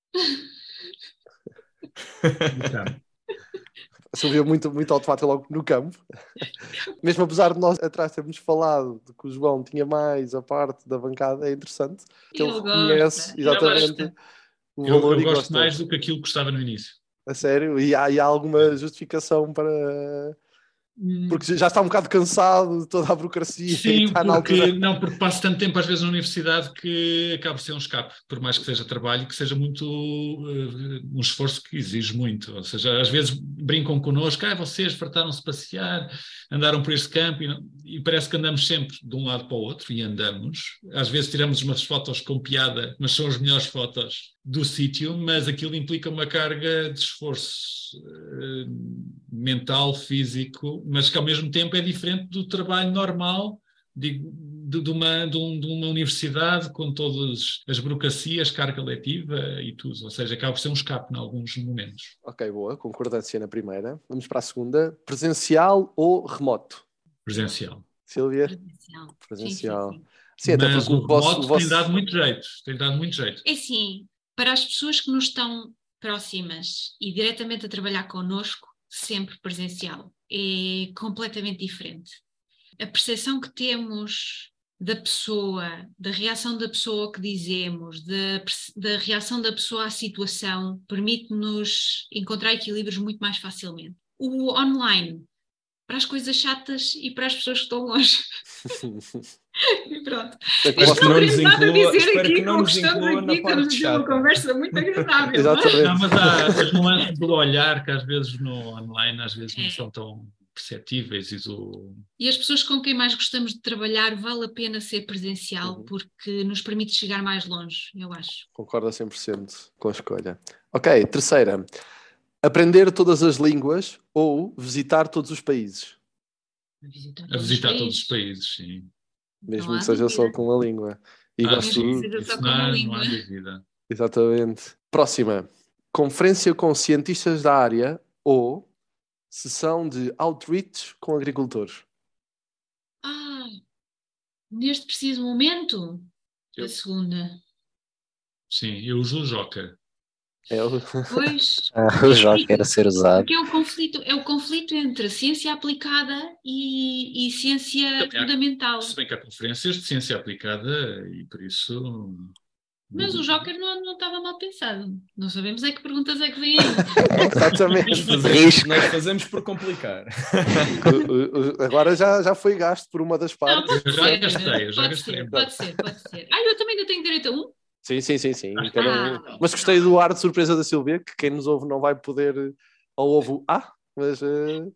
Então, A Silvia muito, muito automática logo no campo. Mesmo apesar de nós atrás termos falado de que o João tinha mais a parte da bancada, é interessante que ele Ele reconhece gosta, ele exatamente gosta. o eu, valor eu e gosto gosta. mais do que aquilo que gostava no início. A sério? E há, e há alguma justificação para... Hum, Porque já está um bocado cansado de toda a burocracia e Sim, está na porque, altura. não, porque passo tanto tempo às vezes na universidade que acaba por ser um escape, por mais que seja trabalho, que seja muito uh, um esforço que exige muito. Ou seja, às vezes brincam connosco, ah, vocês fartaram-se de passear, andaram por este campo e, não- e parece que andamos sempre de um lado para o outro e andamos. Às vezes tiramos umas fotos com piada, mas são as melhores fotos do sítio, mas aquilo implica uma carga de esforço uh, mental, físico, mas que ao mesmo tempo é diferente do trabalho normal de, de, de, uma, de, um, de uma universidade com todas as burocracias, carga letiva e tudo. Ou seja, acaba por ser um escape em alguns momentos. Ok, boa. Concordância na primeira. Vamos para a segunda. Presencial ou remoto? Presencial. Sílvia? presencial. Presencial. Sim, sim, sim. Sim, até Mas porque o o vosso... remoto o vosso... tem dado muito jeito. Tem dado muito jeito. É assim, para as pessoas que nos estão próximas e diretamente a trabalhar connosco, sempre presencial. É completamente diferente. A percepção que temos da pessoa, da reação da pessoa ao que dizemos, da, perce- da reação da pessoa à situação, permite-nos encontrar equilíbrios muito mais facilmente. O online, para as coisas chatas e para as pessoas que estão longe. E pronto. Espero Isto que não não nos tem nada a inclua- dizer espero aqui que não como nos estamos inclua na aqui, estamos a parte ter uma chata. conversa muito agradável. Exatamente. Não, mas há as nuances do olhar que às vezes no online às vezes não É. são tão perceptíveis e do... E as pessoas com quem mais gostamos de trabalhar vale a pena ser presencial Uhum. porque nos permite chegar mais longe, eu acho. Concordo a cem por cento com a escolha. Ok, terceira. Aprender todas as línguas ou visitar todos os países? A visitar A todos visitar os todos os países. países, sim. Mesmo Não há que seja só dúvida. com a língua. E Ah, gosto... Mesmo que seja Isso só com não, a há, não língua. há dúvida. Exatamente. Próxima. Conferência com cientistas da área ou sessão de outreach com agricultores? Ah, neste preciso momento, Eu- a segunda. Sim, eu uso o Joker. É o... Pois, Ah, o jogo era ser usado. porque é o conflito, é o conflito entre ciência aplicada e, e ciência Também há- fundamental. Se bem que há conferências de ciência aplicada e por isso... Mas o Joker não, não estava mal pensado. Não sabemos é que perguntas é que vêm aí. Exatamente. Fazemos- Risco. nós fazemos por complicar. O- o- o- Agora já, já foi gasto por uma das Não, partes. pode Eu já ser. gastei, eu já pode gastei. ser, pode ser, pode ser. Ah, eu também ainda tenho direito a um? Sim, sim, sim, sim. Ah, Cada um. Mas gostei do ar de surpresa da Silvia, que quem nos ouve não vai poder eh, ao ovo ah, mas eh,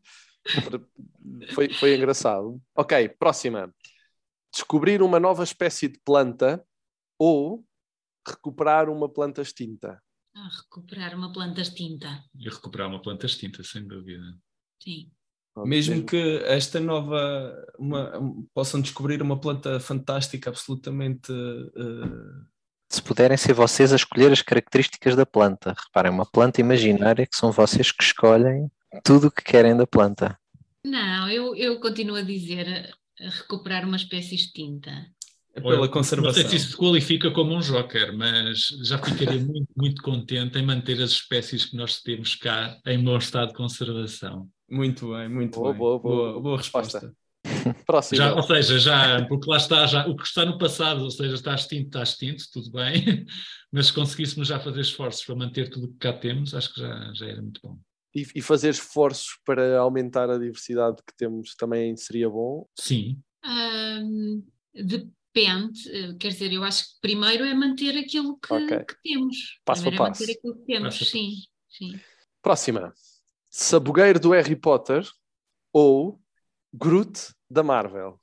foi, foi engraçado. Ok, próxima. Descobrir uma nova espécie de planta ou recuperar uma planta extinta. Ah, recuperar uma planta extinta. E recuperar uma planta extinta, sem dúvida. Sim. Mesmo que esta nova uma, um, possam descobrir uma planta fantástica, absolutamente uh, Se puderem ser vocês a escolher as características da planta. Reparem, uma planta imaginária que são vocês que escolhem tudo o que querem da planta. Não, eu, eu continuo a dizer a, a recuperar uma espécie extinta. é Olha, pela conservação. Não sei se isso se qualifica como um joker, mas já ficaria muito, muito contente em manter as espécies que nós temos cá em bom estado de conservação. Muito bem, muito Boa, bem. boa, boa, boa, boa resposta. Próxima. Já, ou seja, já, porque lá está, já, o que está no passado, ou seja, está extinto, está extinto, tudo bem, mas se conseguíssemos já fazer esforços para manter tudo o que cá temos, acho que já, já era muito bom. E, e fazer esforços para aumentar a diversidade que temos também seria bom. Sim, Ahm, depende, eh, quer dizer, eu acho que primeiro é manter aquilo que, Ok. que temos. Passo primeiro a é passo. manter aquilo que temos, Passo a sim, sim. Próxima. Sabugueiro do Harry Potter ou Groot da Marvel?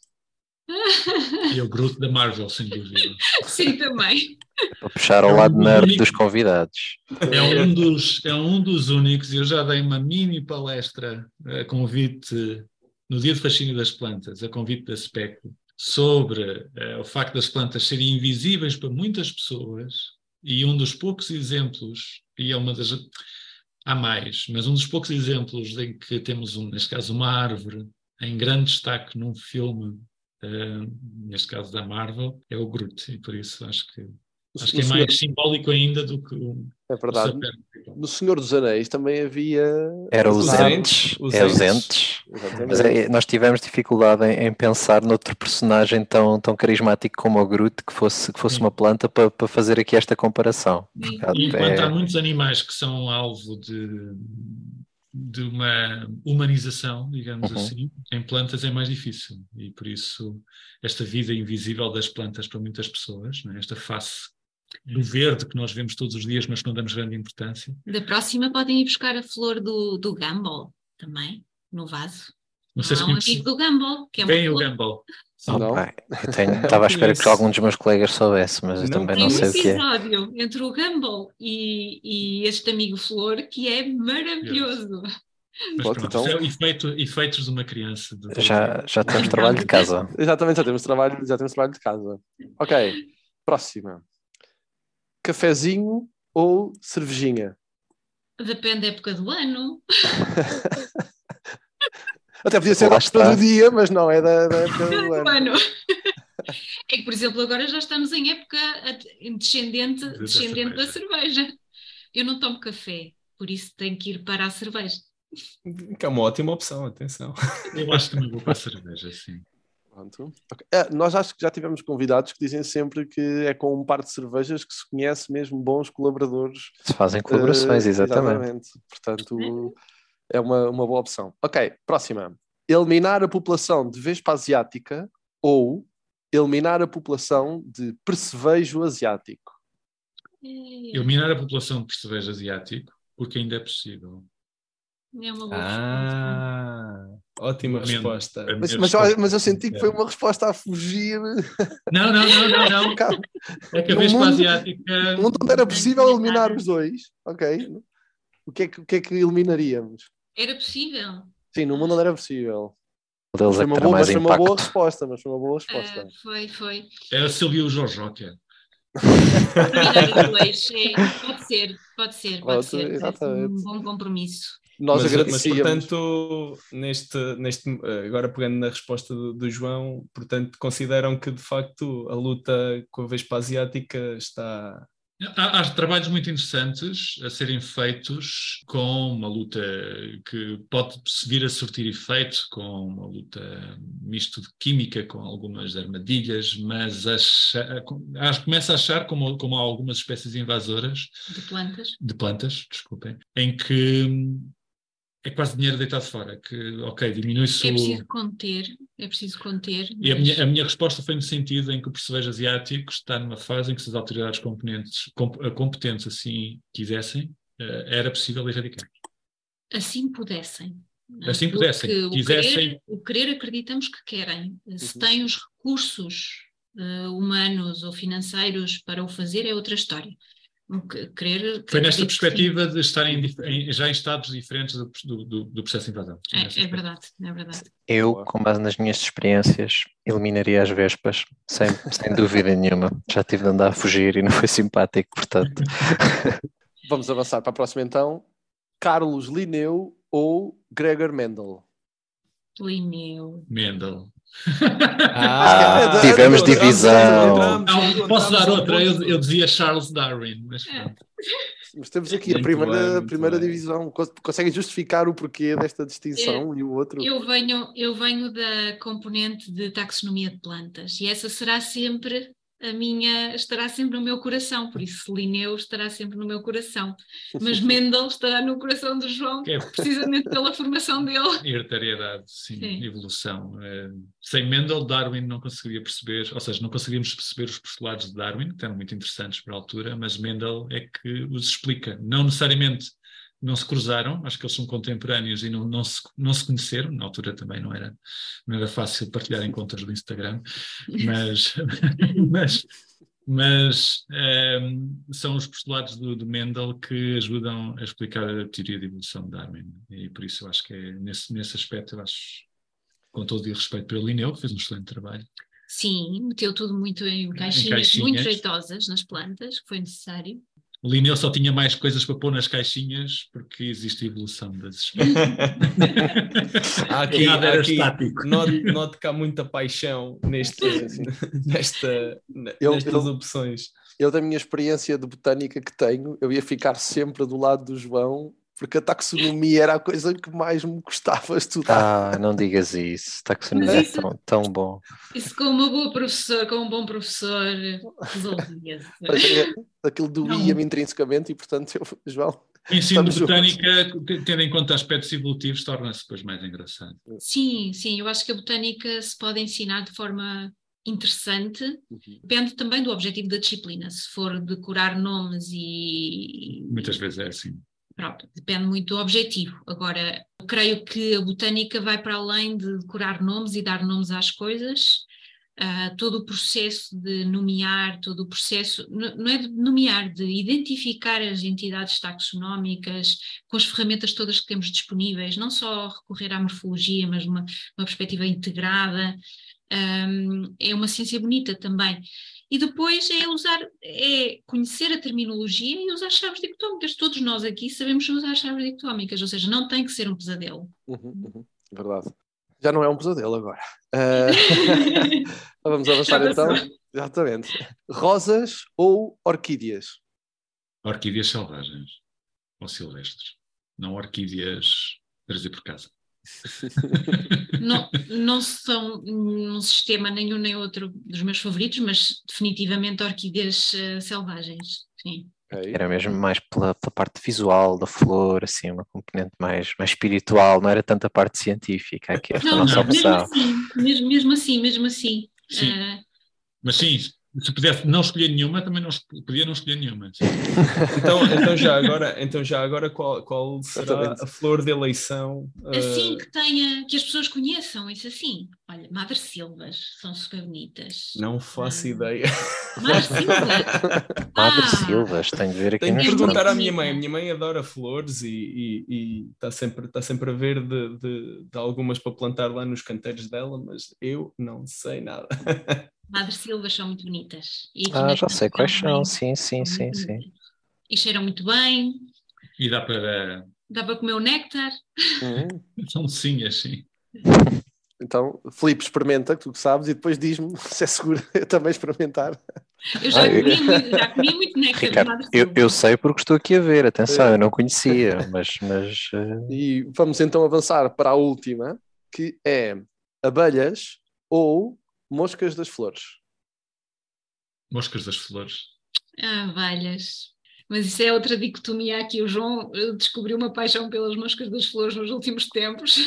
e o Groot da Marvel, sem dúvida. Sim, também. Para puxar ao É um lado nerd único- dos convidados. É um dos, é um dos únicos, eu já dei uma mini palestra a convite no Dia de Fascínio das Plantas, a convite da SPEC, sobre uh, o facto das plantas serem invisíveis para muitas pessoas, e um dos poucos exemplos, e é uma das... Há mais, mas um dos poucos exemplos em que temos, um, neste caso, uma árvore em grande destaque num filme, uh, neste caso da Marvel, é o Groot, e por isso acho que, acho que é Senhor... mais simbólico ainda do que o, é verdade. o No Senhor dos Anéis também havia... Era os entes, os é os entes. entes. Mas é, nós tivemos dificuldade em, em pensar noutro personagem tão, tão carismático como o Groot que fosse, que fosse uma planta para, para fazer aqui esta comparação. E Portanto, enquanto é... há muitos animais que são alvo de, de uma humanização, digamos Uhum. assim, em plantas é mais difícil. E por isso esta vida invisível das plantas para muitas pessoas, não é? Esta face do verde que nós vemos todos os dias, mas que não damos grande importância. Da próxima podem ir buscar a flor do, do Gumball também, no vaso. Não sei se Há um conhece amigo do Gumball, que é bem uma o flor. Gumball. Oh, Não. pai, eu tenho, estava à espera que algum dos meus colegas soubesse, mas eu Não também Tem não um sei o que é. episódio entre o Gumball e, e este amigo Flor que é maravilhoso. Mas Pronto, pronto, então- isso é efeito, efeitos de uma criança. De Já, já temos trabalho de casa. Exatamente, já temos trabalho, já temos trabalho de casa. Ok, próxima. Cafezinho ou cervejinha? Depende da época do ano. Até podia ser Lá da época está. do dia, mas não é da, da época do Do ano. ano. É que, por exemplo, agora já estamos em época descendente, Da descendente da cerveja. cerveja. Eu não tomo café, por isso tenho que ir para a cerveja. Que é uma ótima opção, atenção. Eu acho que também vou para a cerveja, sim. Pronto. Ok. É, nós acho que já tivemos convidados que dizem sempre que é com um par de cervejas que se conhece mesmo bons colaboradores. Se fazem colaborações, Eh, exatamente. exatamente. Portanto, é uma, uma boa opção. Ok, próxima. Eliminar a população de vespa asiática ou eliminar a população de percevejo asiático. Eliminar a população de percevejo asiático, porque ainda é possível. É uma boa Ah, ótima Lamento. resposta. A Mas, minha mas, resposta eu, mas eu senti que é- foi uma resposta a fugir. Não, não, não, não, não. um bocado. É que a No vespa mundo- asiática... No mundo onde era possível tinha eliminar nada. os dois, ok. O que é que, o que, é que eliminaríamos? Era possível. Sim, no mundo onde era possível. O deles Foi é que uma, terá boa, mais mas foi uma boa impacto. resposta, mas foi uma boa resposta. Ah, foi, foi. É a Silvia e o Jojoca. Eliminar os dois. É, pode ser, pode ser, Pronto, pode ser. Parece exatamente. um bom compromisso. Nós mas, mas, agradecíamos. portanto, neste, neste, agora pegando na resposta do, do João, portanto, consideram que de facto a luta com a vespa asiática está... Há, há trabalhos muito interessantes a serem feitos com uma luta que pode vir a surtir efeito, com uma luta misto de química, com algumas armadilhas, mas acha, acho, começo a achar, como, como há algumas espécies invasoras De plantas. de plantas, desculpem, em que é quase dinheiro deitado fora, que, ok, diminui-se É o... preciso conter, é preciso conter. E a mas- minha, a minha resposta foi no sentido em que o percevejo asiático está numa fase em que se as autoridades competentes, com- competentes assim quisessem, eh, era possível erradicar. Assim pudessem. não é? Assim Porque pudessem, o quisessem. querer, o querer acreditamos que querem. Se Uhum. têm os recursos eh, humanos ou financeiros para o fazer é outra história. O que- Querer, Foi nesta acredito que sim. perspectiva de estarem em dif- em- já em estados diferentes do, do- do- do processo de invasão. É, Nesse é aspecto. verdade, é verdade. Eu, Boa. com base nas minhas experiências, eliminaria as vespas, sem, sem dúvida nenhuma. Já tive de andar a fugir e não foi simpático, portanto. Vamos avançar para a próxima então. Carlos Linneu ou Gregor Mendel? Linneu. Mendel. Ah, tivemos entramos, divisão. entramos, Não, entramos posso dar ao outra? ponto. Eu, eu dizia Charles Darwin, mas É. pronto. Mas temos aqui a Muito primeira, bem, muito primeira bem. divisão. Cons- Conseguem justificar o porquê desta distinção e o outro? Eu venho, eu venho da componente de taxonomia de plantas e essa será sempre a minha, estará sempre no meu coração, por isso Linneu estará sempre no meu coração. Mas Mendel estará no coração do João, É. precisamente pela formação dele. Hereditariedade, sim, Sim. evolução. Eh, sem Mendel, Darwin não conseguiria perceber, ou seja, não conseguiríamos perceber os postulados de Darwin, que eram muito interessantes para a altura, mas Mendel é que os explica. Não necessariamente não se cruzaram, acho que eles são contemporâneos e não, não, se, não se conheceram, na altura também não era, não era fácil partilhar em contas do Instagram, mas, mas, mas ehm, são os postulados do, do Mendel que ajudam a explicar a teoria de evolução de Darwin, e por isso eu acho que é nesse, nesse aspecto, eu acho, com todo o respeito pelo Linneu, que fez um excelente trabalho, Sim, meteu tudo muito em caixinhas, caixinhas. muito jeitosas nas plantas, que foi necessário. O Linneu só tinha mais coisas para pôr nas caixinhas porque existe evolução das espécies. há aqui, Nada há era aqui estático. note, note que há muita paixão neste, nesta, Eu- nestas eu- opções. Eu, da minha experiência de botânica que tenho, eu ia ficar sempre do lado do João, porque a taxonomia era a coisa que mais me gostava estudar. Ah, não digas isso. Taxonomia Mas é isso- tão, tão bom. Isso com uma boa professora, com um bom professor, resolvia-se. Mas é- aquilo doía-me Não. intrinsecamente e, portanto, eu, João, O ensino de Estamos juntos. botânica, tendo em conta aspectos evolutivos, torna-se depois mais engraçado. Sim, sim, eu acho que a botânica se pode ensinar de forma interessante, Uhum. depende também do objetivo da disciplina. Se for decorar nomes e. Muitas vezes é assim. Pronto, depende muito do objetivo. Agora, eu creio que a botânica vai para além de decorar nomes e dar nomes às coisas. Uh, todo o processo de nomear, todo o processo, n- não é de nomear, de identificar as entidades taxonómicas com as ferramentas todas que temos disponíveis, não só recorrer à morfologia, mas uma, uma perspectiva integrada, um, é uma ciência bonita também. E depois é usar, é conhecer a terminologia e usar chaves dicotómicas. Todos nós aqui sabemos usar chaves dicotómicas, ou seja, não tem que ser um pesadelo. Uhum, uhum, verdade. Já não é um pesadelo agora. Ah, vamos avançar Já então. passou. Exatamente. Rosas ou orquídeas? Orquídeas selvagens ou silvestres, não orquídeas trazer por casa. Não, não são um sistema nenhum nem outro dos meus favoritos, mas definitivamente orquídeas uh, selvagens, sim. Ok. Era mesmo mais pela, pela parte visual da flor, assim, uma componente mais, mais espiritual, não era tanta parte científica aqui, esta Não, nossa não, mesmo opção. assim, mesmo, mesmo assim, mesmo assim. Sim. Uh, Mas sim, se pudesse não escolher nenhuma, também não es- podia não escolher nenhuma. Sim. Então, então já agora, então já agora qual, qual será Exatamente. a flor de eleição? assim uh, que tenha, que as pessoas conheçam, isso assim. Olha, Madre Silvas, são super bonitas. Não faço Ah, ideia. Madre Silvas! Madre Ah, Silvas, tenho de ver aqui Tenho no que É muito perguntar instante. à minha mãe. A bonita. minha mãe adora flores e está sempre, tá sempre a ver de, de, de algumas para plantar lá nos canteiros dela, mas eu não sei nada. Madre Silvas são muito bonitas. E aqui Ah, na já sei quais são, também sim, sim, são sim, muito sim. bonitas. E cheiram muito bem, E dá para. dá para comer o néctar. Hum. São sim, assim. Então, Filipe, experimenta, que tu sabes, e depois diz-me se é seguro eu também experimentar. Eu já Ah, eu- comi muito, já comi muito néctar de Ricardo, Madre eu, Silva. eu sei porque estou aqui a ver, atenção, É. eu não conhecia, mas, mas eh, E vamos então avançar para a última, que é abelhas ou moscas das flores. Moscas das flores. Ah, valhas. Mas isso é outra dicotomia aqui. O João eh, descobriu uma paixão pelas moscas das flores nos últimos tempos.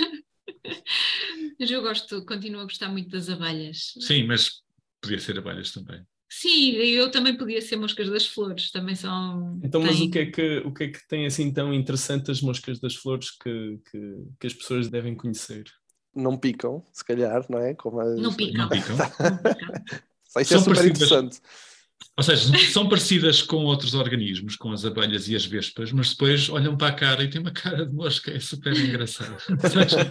Mas eu gosto, continuo a gostar muito das abelhas. Sim, mas podia ser abelhas também. Sim, eu também podia ser moscas das flores, também são. Então, mas têm- o que, é que, o que é que tem assim tão interessante as moscas das flores que, que, que as pessoas devem conhecer? Não picam, se calhar, não é? Como as... Não picam. Não picam. Não picam. Isso é São super parecidas- interessante. Ou seja, são parecidas com outros organismos, com as abelhas e as vespas, mas depois olham para a cara e têm uma cara de mosca, é super engraçado. Ou seja,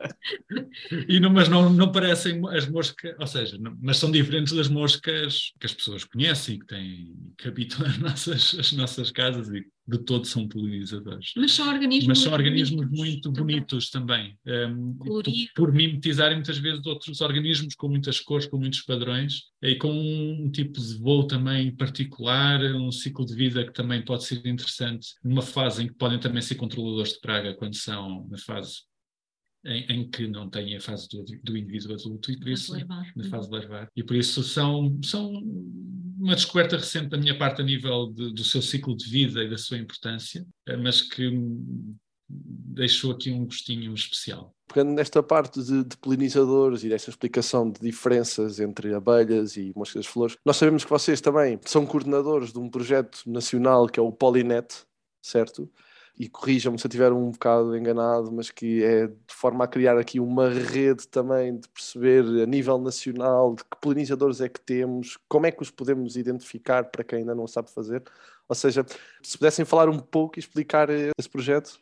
e não, mas não, não parecem as moscas, ou seja, não- mas são diferentes das moscas que as pessoas conhecem, que, têm, que habitam as nossas, as nossas casas e de todo são polinizadores. Mas são organismos Mas são muito organismos bonitos muito também. bonitos também, um, por, Coloridos. por mimetizarem muitas vezes outros organismos com muitas cores, com muitos padrões, e com um tipo de voo também particular, um ciclo de vida que também pode ser interessante, numa fase em que podem também ser controladores de praga, quando são na fase em, em que não têm a fase do, do indivíduo adulto, e por Fase isso, larvar. na fase de larvar. E por isso são, são uma descoberta recente da minha parte a nível de, do seu ciclo de vida e da sua importância, eh, mas que hum, deixou aqui um gostinho especial. Pegando nesta parte de, de polinizadores e desta explicação de diferenças entre abelhas e moscas das flores, nós sabemos que vocês também são coordenadores de um projeto nacional que é o Polinet, certo? E corrijam-me se eu estiver um bocado enganado, mas que é de forma a criar aqui uma rede também de perceber a nível nacional de que polinizadores é que temos, como é que os podemos identificar para quem ainda não sabe fazer. Ou seja, se pudessem falar um pouco e explicar esse projeto.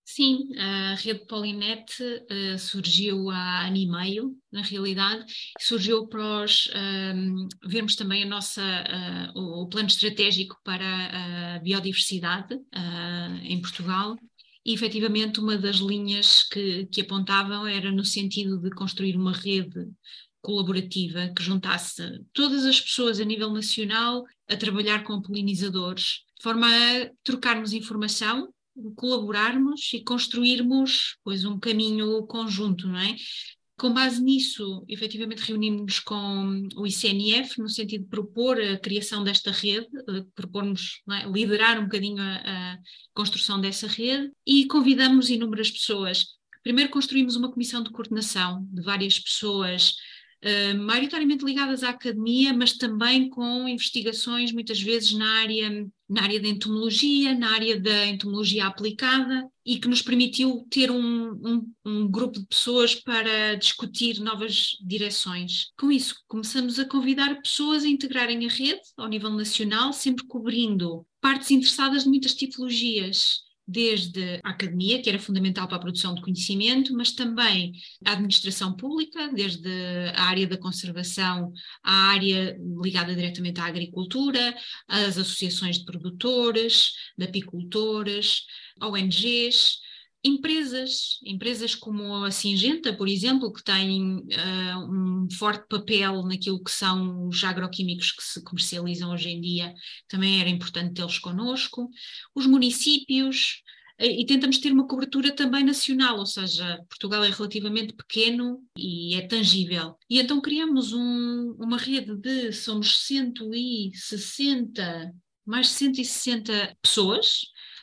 Sim, a rede Polinet uh, surgiu há ano e meio, na realidade, surgiu para os, um, vermos também a nossa, uh, o, o plano estratégico para a biodiversidade uh, em Portugal. E, efetivamente, uma das linhas que, que apontavam era no sentido de construir uma rede colaborativa que juntasse todas as pessoas a nível nacional a trabalhar com polinizadores, de forma a trocarmos informação, colaborarmos e construirmos, pois, um caminho conjunto, não é? Com base nisso, efetivamente reunimos-nos com o I C N F no sentido de propor a criação desta rede, propormos, não é, liderar um bocadinho a, a construção dessa rede e convidamos inúmeras pessoas. Primeiro construímos uma comissão de coordenação de várias pessoas, Uh, maioritariamente ligadas à academia, mas também com investigações muitas vezes na área, na área da entomologia, na área da entomologia aplicada, e que nos permitiu ter um, um, um grupo de pessoas para discutir novas direções. Com isso, começamos a convidar pessoas a integrarem a rede ao nível nacional, sempre cobrindo partes interessadas de muitas tipologias, desde a academia, que era fundamental para a produção de conhecimento, mas também a administração pública, desde a área da conservação à área ligada diretamente à agricultura, as associações de produtores, de apicultores, O N Gs, empresas, empresas como a Singenta, por exemplo, que têm uh, um forte papel naquilo que são os agroquímicos que se comercializam hoje em dia, também era importante tê-los connosco, os municípios, e tentamos ter uma cobertura também nacional, ou seja, Portugal é relativamente pequeno e é tangível. E então criamos um, uma rede de, somos cento e sessenta, mais de cento e sessenta pessoas,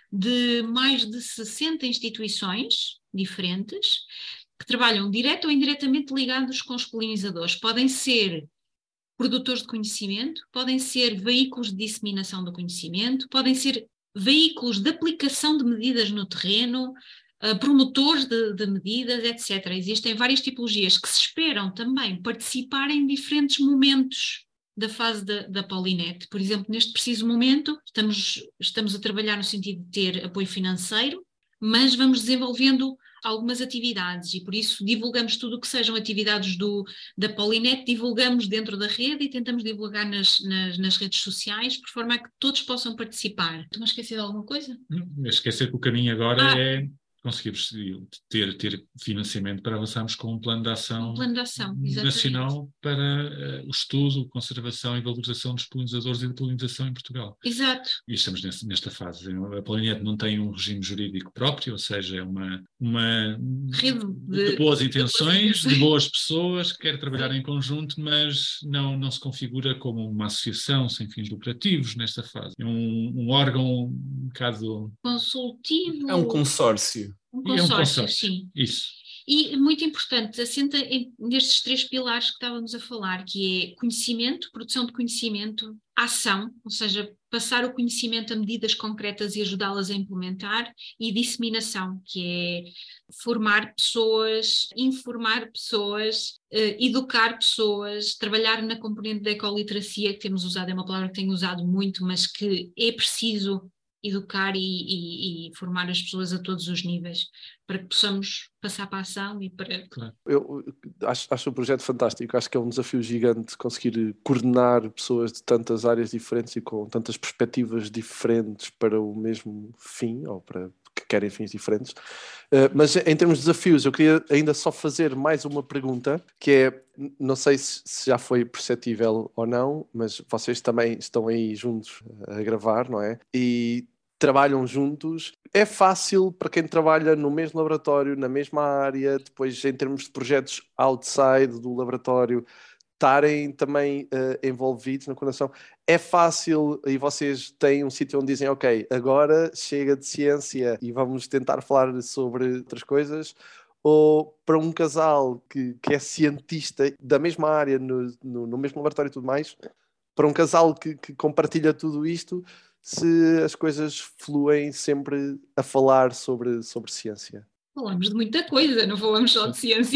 de mais de sessenta instituições diferentes, que trabalham direto ou indiretamente ligados com os polinizadores. Podem ser produtores de conhecimento, podem ser veículos de disseminação do conhecimento, podem ser veículos de aplicação de medidas no terreno, uh, promotores de, de medidas, etcétera. Existem várias tipologias que se esperam também participar em diferentes momentos da fase da, da Polinet. Por exemplo, neste preciso momento, estamos, estamos a trabalhar no sentido de ter apoio financeiro, mas vamos desenvolvendo algumas atividades e por isso divulgamos tudo o que sejam atividades do, da Polinet, divulgamos dentro da rede e tentamos divulgar nas, nas, nas redes sociais, por forma a que todos possam participar. Estou-me a esquecer de alguma coisa? Não, esquecer que o caminho agora ah. é conseguirmos ter, ter financiamento para avançarmos com um plano de ação, um plano de ação nacional para uh, o estudo, conservação e valorização dos polinizadores e da polinização em Portugal. Exato. E estamos nesse, nesta fase. A Polinet não tem um regime jurídico próprio, ou seja, é uma, uma rede de, de boas intenções, de boas pessoas que querem trabalhar em conjunto, mas não, não se configura como uma associação sem fins lucrativos nesta fase. É um, um órgão um bocado... consultivo. É um consórcio. Um consórcio, é um consórcio, sim. Isso. E muito importante, assenta em, nestes três pilares que estávamos a falar, que é conhecimento, produção de conhecimento, ação, ou seja, passar o conhecimento a medidas concretas e ajudá-las a implementar, e disseminação, que é formar pessoas, informar pessoas, eh, educar pessoas, trabalhar na componente da ecoliteracia, que temos usado, é uma palavra que tenho usado muito, mas que é preciso educar e, e, e formar as pessoas a todos os níveis, para que possamos passar para a ação e para... Claro. Eu acho, acho o projeto fantástico, acho que é um desafio gigante conseguir coordenar pessoas de tantas áreas diferentes e com tantas perspectivas diferentes para o mesmo fim, ou para que querem fins diferentes. Uh, mas em termos de desafios, eu queria ainda só fazer mais uma pergunta, que é, não sei se, se já foi perceptível ou não, mas vocês também estão aí juntos a gravar, não é? E trabalham juntos. É fácil para quem trabalha no mesmo laboratório, na mesma área, depois em termos de projetos outside do laboratório, estarem também uh, envolvidos na coordenação. É fácil e vocês têm um sítio onde dizem, ok, agora chega de ciência e vamos tentar falar sobre outras coisas? Ou para um casal que, que é cientista da mesma área, no, no, no mesmo laboratório e tudo mais, para um casal que, que compartilha tudo isto, se as coisas fluem sempre a falar sobre, sobre ciência? Falamos de muita coisa, não falamos só de ciência.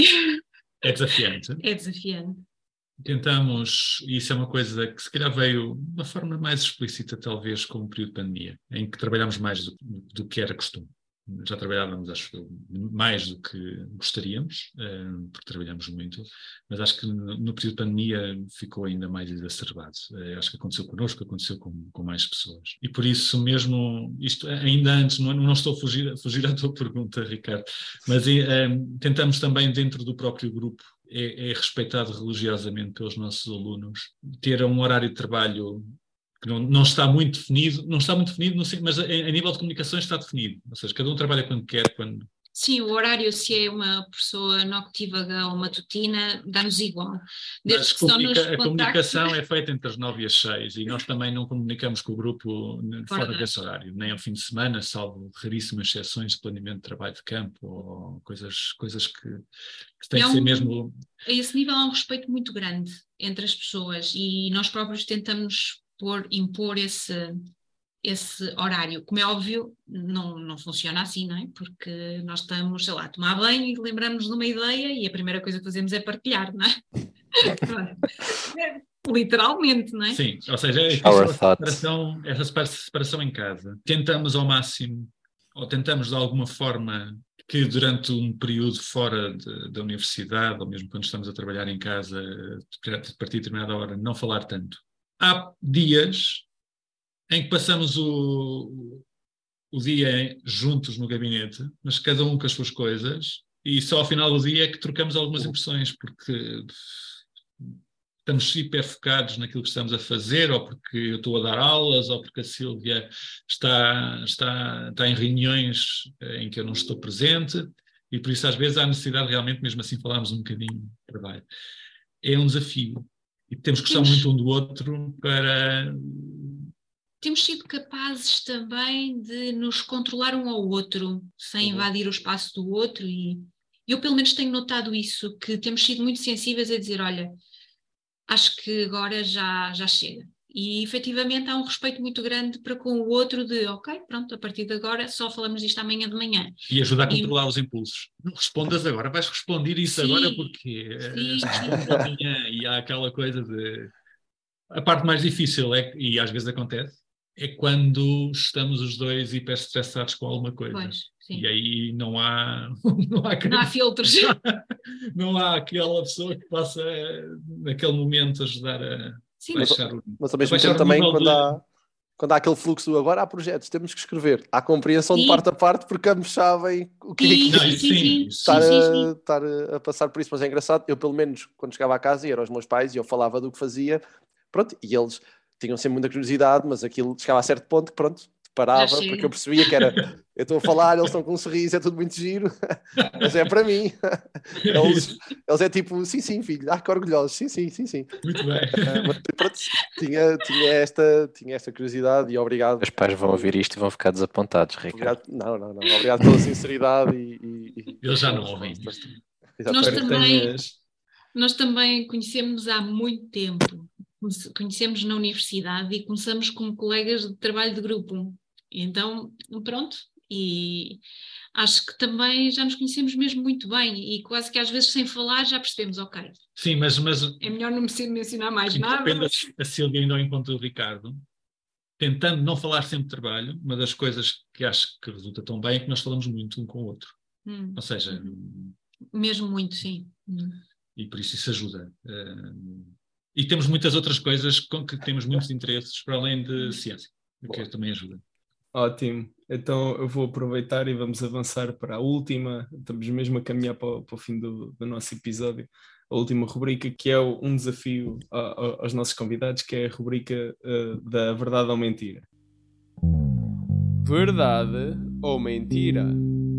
É desafiante. É desafiante. Tentamos, e isso é uma coisa que se calhar veio de uma forma mais explícita, talvez, com o período de pandemia, em que trabalhamos mais do, do que era costume. já trabalhávamos, acho, mais do que gostaríamos, uh, porque trabalhamos muito, mas acho que no, no período de pandemia ficou ainda mais exacerbado. Uh, acho que aconteceu connosco, aconteceu com, com mais pessoas. E por isso mesmo, isto ainda antes, não, não estou a fugir, a fugir à tua pergunta, Ricardo, mas uh, tentamos também dentro do próprio grupo, é, é respeitado religiosamente pelos nossos alunos, ter um horário de trabalho que não, não está muito definido, não está muito definido, sei, mas a, a nível de comunicações está definido, ou seja, cada um trabalha quando quer, quando... Sim, o horário, se é uma pessoa noctívaga ou matutina, dá-nos igual. Desde que comunica, a comunicação é feita entre as nove e as seis, e nós também não comunicamos com o grupo fora, fora desse horário, nem ao fim de semana, salvo raríssimas exceções de planeamento de trabalho de campo, ou coisas, coisas que, que têm que ser um, mesmo... A esse nível há um respeito muito grande entre as pessoas, e nós próprios tentamos por impor esse, esse horário. Como é óbvio, não, não funciona assim, não é? Porque nós estamos, sei lá, a tomar banho e lembramos de uma ideia e a primeira coisa que fazemos é partilhar, não é? Literalmente, não é? Sim, ou seja, é essa separação, essa separação em casa. Tentamos ao máximo, ou tentamos de alguma forma, que durante um período fora de, da universidade, ou mesmo quando estamos a trabalhar em casa, a partir de determinada hora, não falar tanto. Há dias em que passamos o, o dia juntos no gabinete, mas cada um com as suas coisas, e só ao final do dia é que trocamos algumas impressões, porque estamos hiper focados naquilo que estamos a fazer, ou porque eu estou a dar aulas, ou porque a Sílvia está, está, está em reuniões em que eu não estou presente, e por isso às vezes há necessidade realmente, mesmo assim, falarmos um bocadinho de trabalho. É um desafio. E temos que gostar temos, muito um do outro para... Temos sido capazes também de nos controlar um ao outro, sem uhum. invadir o espaço do outro, e eu pelo menos tenho notado isso, que temos sido muito sensíveis a dizer, olha, acho que agora já, já chega. E efetivamente há um respeito muito grande para com o outro de, ok, pronto, a partir de agora só falamos disto amanhã de manhã. E ajudar a controlar e... os impulsos. Não respondas agora, vais responder isso sim, agora porque é, e há aquela coisa de... A parte mais difícil, é, e às vezes acontece, é quando estamos os dois hiper estressados com alguma coisa. Pois, sim. E aí não há... Não há, não há filtros. Não há aquela pessoa que possa, naquele momento, ajudar a... Sim, mas, o, mas ao mesmo tempo também quando, de... há, quando há aquele fluxo do agora há projetos, temos que escrever, há compreensão sim. de parte a parte porque ambos sabem o que sim, é que sim, sim, sim. Estar, sim, a, sim, sim. estar a passar por isso, mas é engraçado, eu pelo menos quando chegava a casa e eram os meus pais e eu falava do que fazia, pronto, e eles tinham sempre muita curiosidade, mas aquilo chegava a certo ponto que pronto, parava, porque eu percebia que era, eu estou a falar, eles estão com um sorriso, é tudo muito giro, mas é para mim. Eles, eles é tipo, sim, sim, filho, ah, que orgulhosos, sim, sim, sim, sim. Muito bem. Mas pronto, tinha, tinha, esta, tinha esta curiosidade e obrigado. Os pais vão ouvir isto e vão ficar desapontados, Ricardo. Obrigado, não, não, não, obrigado pela sinceridade e... e, e eles já não ouvem isto. Nós também, nós também conhecemos há muito tempo. Conhecemos na universidade e começamos como colegas de trabalho de grupo. Então, pronto, e acho que também já nos conhecemos mesmo muito bem e quase que às vezes sem falar já percebemos, ok. Sim, mas... mas é melhor não me mencionar mais nada. Depende a Sílvia ainda ao encontro do Ricardo, tentando não falar sempre de trabalho, uma das coisas que acho que resulta tão bem é que nós falamos muito um com o outro. Hum. Ou seja... Mesmo muito, sim. Hum. E por isso isso ajuda. Uh, e temos muitas outras coisas com que temos muitos interesses para além de ciência, o que também ajuda. Ótimo, então eu vou aproveitar e vamos avançar para a última, estamos mesmo a caminhar para, para o fim do, do nosso episódio, a última rubrica, que é um desafio a, a, aos nossos convidados, que é a rubrica uh, da verdade ou mentira. Verdade ou mentira?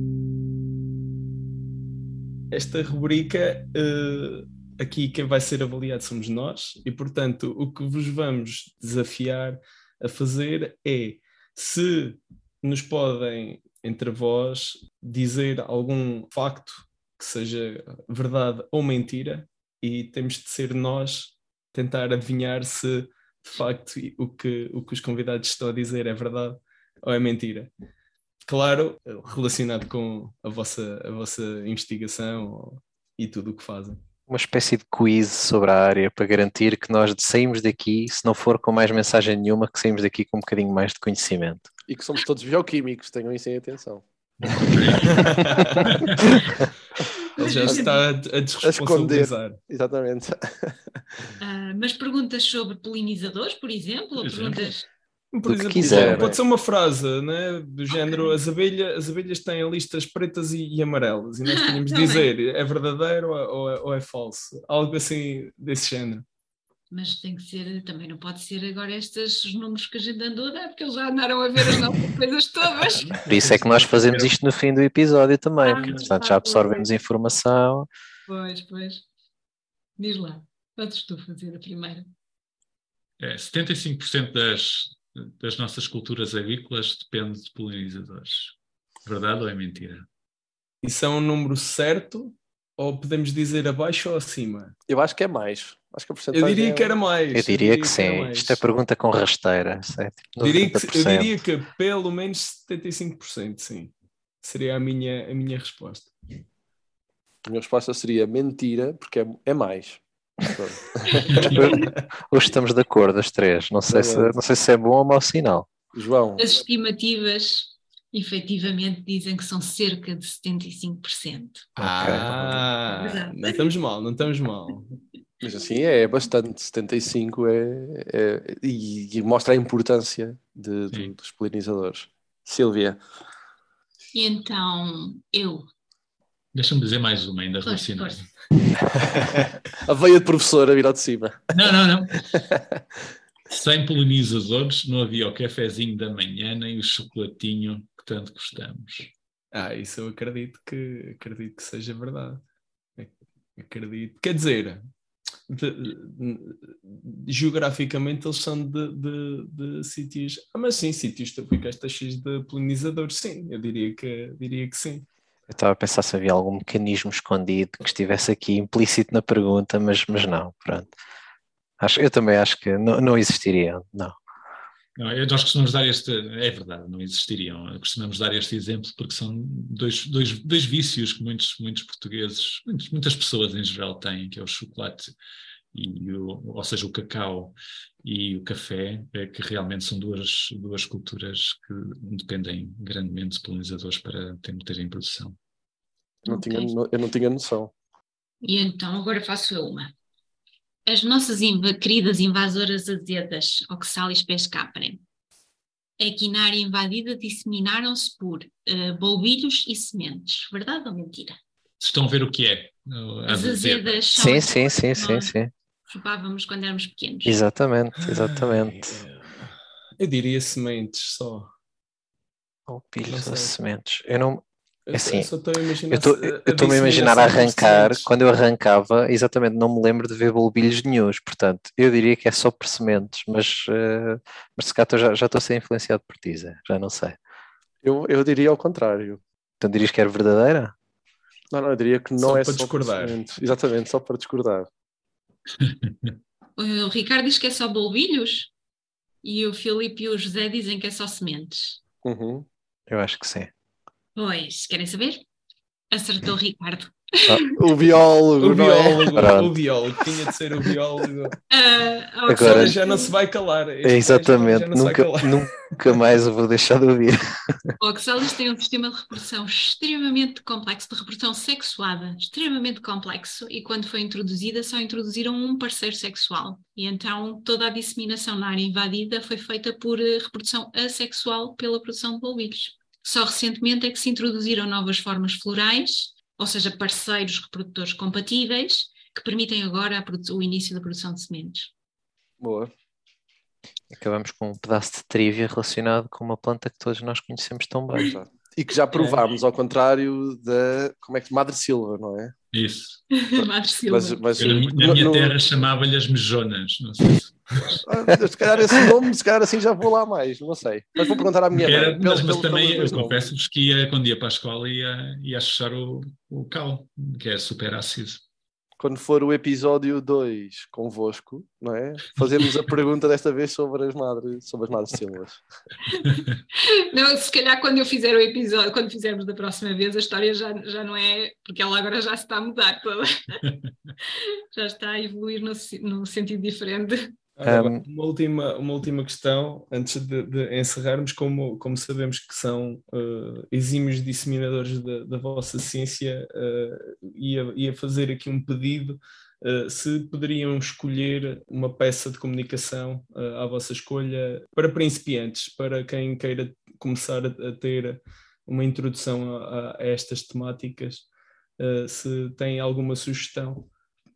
Esta rubrica, uh, aqui quem vai ser avaliado somos nós, e portanto o que vos vamos desafiar a fazer é se nos podem, entre vós, dizer algum facto que seja verdade ou mentira, e temos de ser nós tentar adivinhar se de facto o que, o que os convidados estão a dizer é verdade ou é mentira. Claro, relacionado com a vossa, a vossa investigação e tudo o que fazem. Uma espécie de quiz sobre a área para garantir que nós saímos daqui, se não for com mais mensagem nenhuma, que saímos daqui com um bocadinho mais de conhecimento. E que somos todos bioquímicos, tenham isso em atenção. Ele já está a desresponsabilizar. Exatamente. Uh, mas perguntas sobre polinizadores, por exemplo? Ou perguntas... Por exemplo, quiser, pode ser uma frase, né? Do género, okay. as, abelhas, as abelhas têm listas pretas e, e amarelas, e nós tínhamos de dizer, é verdadeiro ou é, ou é falso? Algo assim desse género. Mas tem que ser, também não pode ser agora estes números que a gente andou a dar, porque eles já andaram a ver as nossas coisas todas. Por isso é que nós fazemos isto no fim do episódio também, ah, porque portanto já absorvemos informação. Pois, pois. Diz lá, podes tu fazer a primeira. É, setenta e cinco por cento das, das nossas culturas agrícolas depende de polinizadores. Verdade ou é mentira? Isso é um número certo ou podemos dizer abaixo ou acima? Eu acho que é mais. Acho que a porcentagem eu diria é... que era mais. Eu diria, eu diria que, que sim. Isto é pergunta com rasteira. É tipo diria que, eu diria que pelo menos setenta e cinco por cento, sim. Seria a minha, a minha resposta. A minha resposta seria mentira, porque é, é mais. Hoje estamos de acordo, as três. Não sei, se, não sei se é bom ou mau sinal. João. As estimativas efetivamente dizem que são cerca de setenta e cinco por cento. Ah, okay. Não estamos mal, não estamos mal. Mas assim é bastante, setenta e cinco é, é, e, e mostra a importância de, de, dos polinizadores. Sílvia. E então, eu... Deixa-me dizer mais uma ainda relacionada. A veia de professora virou de cima. Não, não, não. Sem polinizadores não havia o cafezinho da manhã nem o chocolatinho que tanto gostamos. Ah, isso eu acredito que, acredito que seja verdade. Acredito. Quer dizer... De, de, de, geograficamente eles são de, de, de sítios, ah, mas sim, sítios tropicais está cheios de polinizadores, sim, eu diria que, diria que sim. Eu estava a pensar se havia algum mecanismo escondido que estivesse aqui implícito na pergunta, mas, mas não, pronto. Acho, eu também acho que não, não existiriam, não. Não, nós costumamos dar este, é verdade, não existiriam, costumamos dar este exemplo porque são dois, dois, dois vícios que muitos, muitos portugueses, muitos, muitas pessoas em geral têm, que é o chocolate, e o, ou seja, o cacau e o café, é que realmente são duas, duas culturas que dependem grandemente de polinizadores para terem produção. Não okay. tinha, eu não tinha noção. E então, agora faço eu uma. As nossas inv- queridas invasoras azedas, Oxalis pescaprem, aqui na área invadida disseminaram-se por uh, bolbilhos e sementes. Verdade ou mentira? Estão a ver o que é? As azedas são sim, as sim, sim, sim, sim. chupávamos quando éramos pequenos. Exatamente, exatamente. Eu diria sementes só. Bolbilhos ou sementes. Eu não... Eu assim, só estou a imaginar. Eu estou-me a imaginar a arrancar, quando eu arrancava, exatamente, não me lembro de ver bolbilhos nenhuns, portanto, eu diria que é só por sementes, mas, uh, mas se calhar já, já estou a ser influenciado por ti, Zé, já não sei. Eu, eu diria ao contrário. Então dirias que era verdadeira? Não, não, eu diria que não só é para só discordar. por sementes. Exatamente, só para discordar. O Ricardo diz que é só bolbilhos e o Filipe e o José dizem que é só sementes. Uhum. Eu acho que sim. Pois, querem saber? Acertou o Ricardo. Ah, o biólogo, o biólogo, não é? o biólogo, tinha de ser o biólogo. Uh, Agora já não se vai calar. É exatamente, nunca, calar. nunca mais eu vou deixar de ouvir. O Oxalis tem um sistema de reprodução extremamente complexo, de reprodução sexuada, extremamente complexo, e quando foi introduzida só introduziram um parceiro sexual. E então toda a disseminação na área invadida foi feita por reprodução assexual pela produção de bolbilhos. Só recentemente é que se introduziram novas formas florais, ou seja, parceiros reprodutores compatíveis, que permitem agora a, o início da produção de sementes. Boa. Acabamos com um pedaço de trivia relacionado com uma planta que todos nós conhecemos tão bem. E que já provámos, ao contrário da, como é que, Madre Silva, não é? Isso. Madre Silva. Mas, mas, Eu, na, na no, minha no... terra chamava-lhe as mejonas, não sei se... Ah, se calhar esse nome, se calhar assim já vou lá mais, não sei. Mas vou perguntar à minha Era, mãe. mas, pelo, mas pelo, também eu pelo confesso-vos que ia, quando ia para a escola ia, ia chuchar o, o cal, que é super ácido. Quando for o episódio dois convosco, não é? Fazemos a pergunta desta vez sobre as madres, sobre as madres Silvas. Não, se calhar quando eu fizer o episódio, quando fizermos da próxima vez, a história já, já não é, porque ela agora já se está a mudar toda. Já está a evoluir no, no sentido diferente. Agora, Um, uma, última, uma última questão, antes de, de encerrarmos, como, como sabemos que são uh, exímios disseminadores da, da vossa ciência, uh, ia, ia fazer aqui um pedido, uh, se poderiam escolher uma peça de comunicação uh, à vossa escolha para principiantes, para quem queira começar a, a ter uma introdução a, a estas temáticas, uh, se tem alguma sugestão.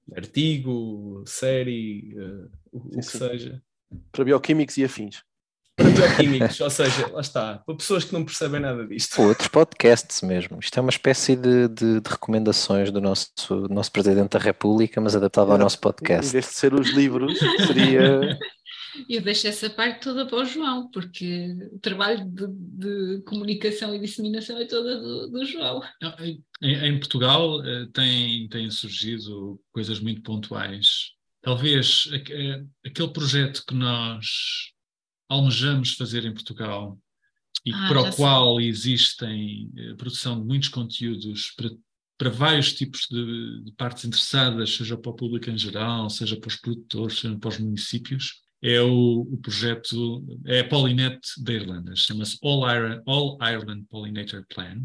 Artigo, série, uh, o, o que sim. seja. Para bioquímicos e afins. Para bioquímicos, ou seja, lá está, para pessoas que não percebem nada disto. Outros podcasts mesmo. Isto é uma espécie de, de, de recomendações do nosso, do nosso Presidente da República, mas adaptado ao Exato. nosso podcast. Em vez de ser os livros, seria... Eu deixo essa parte toda para o João, porque o trabalho de, de comunicação e disseminação é toda do, do João. Em, em Portugal uh, tem, têm surgido coisas muito pontuais. Talvez a, a, aquele projeto que nós almejamos fazer em Portugal e Ah, para já o sei. qual existem a produção de muitos conteúdos para, para vários tipos de, de partes interessadas, seja para o público em geral, seja para os produtores, seja para os municípios, é o, o projeto, é a Polynet da Irlanda, chama-se All Ireland, All Ireland Pollinator Plan.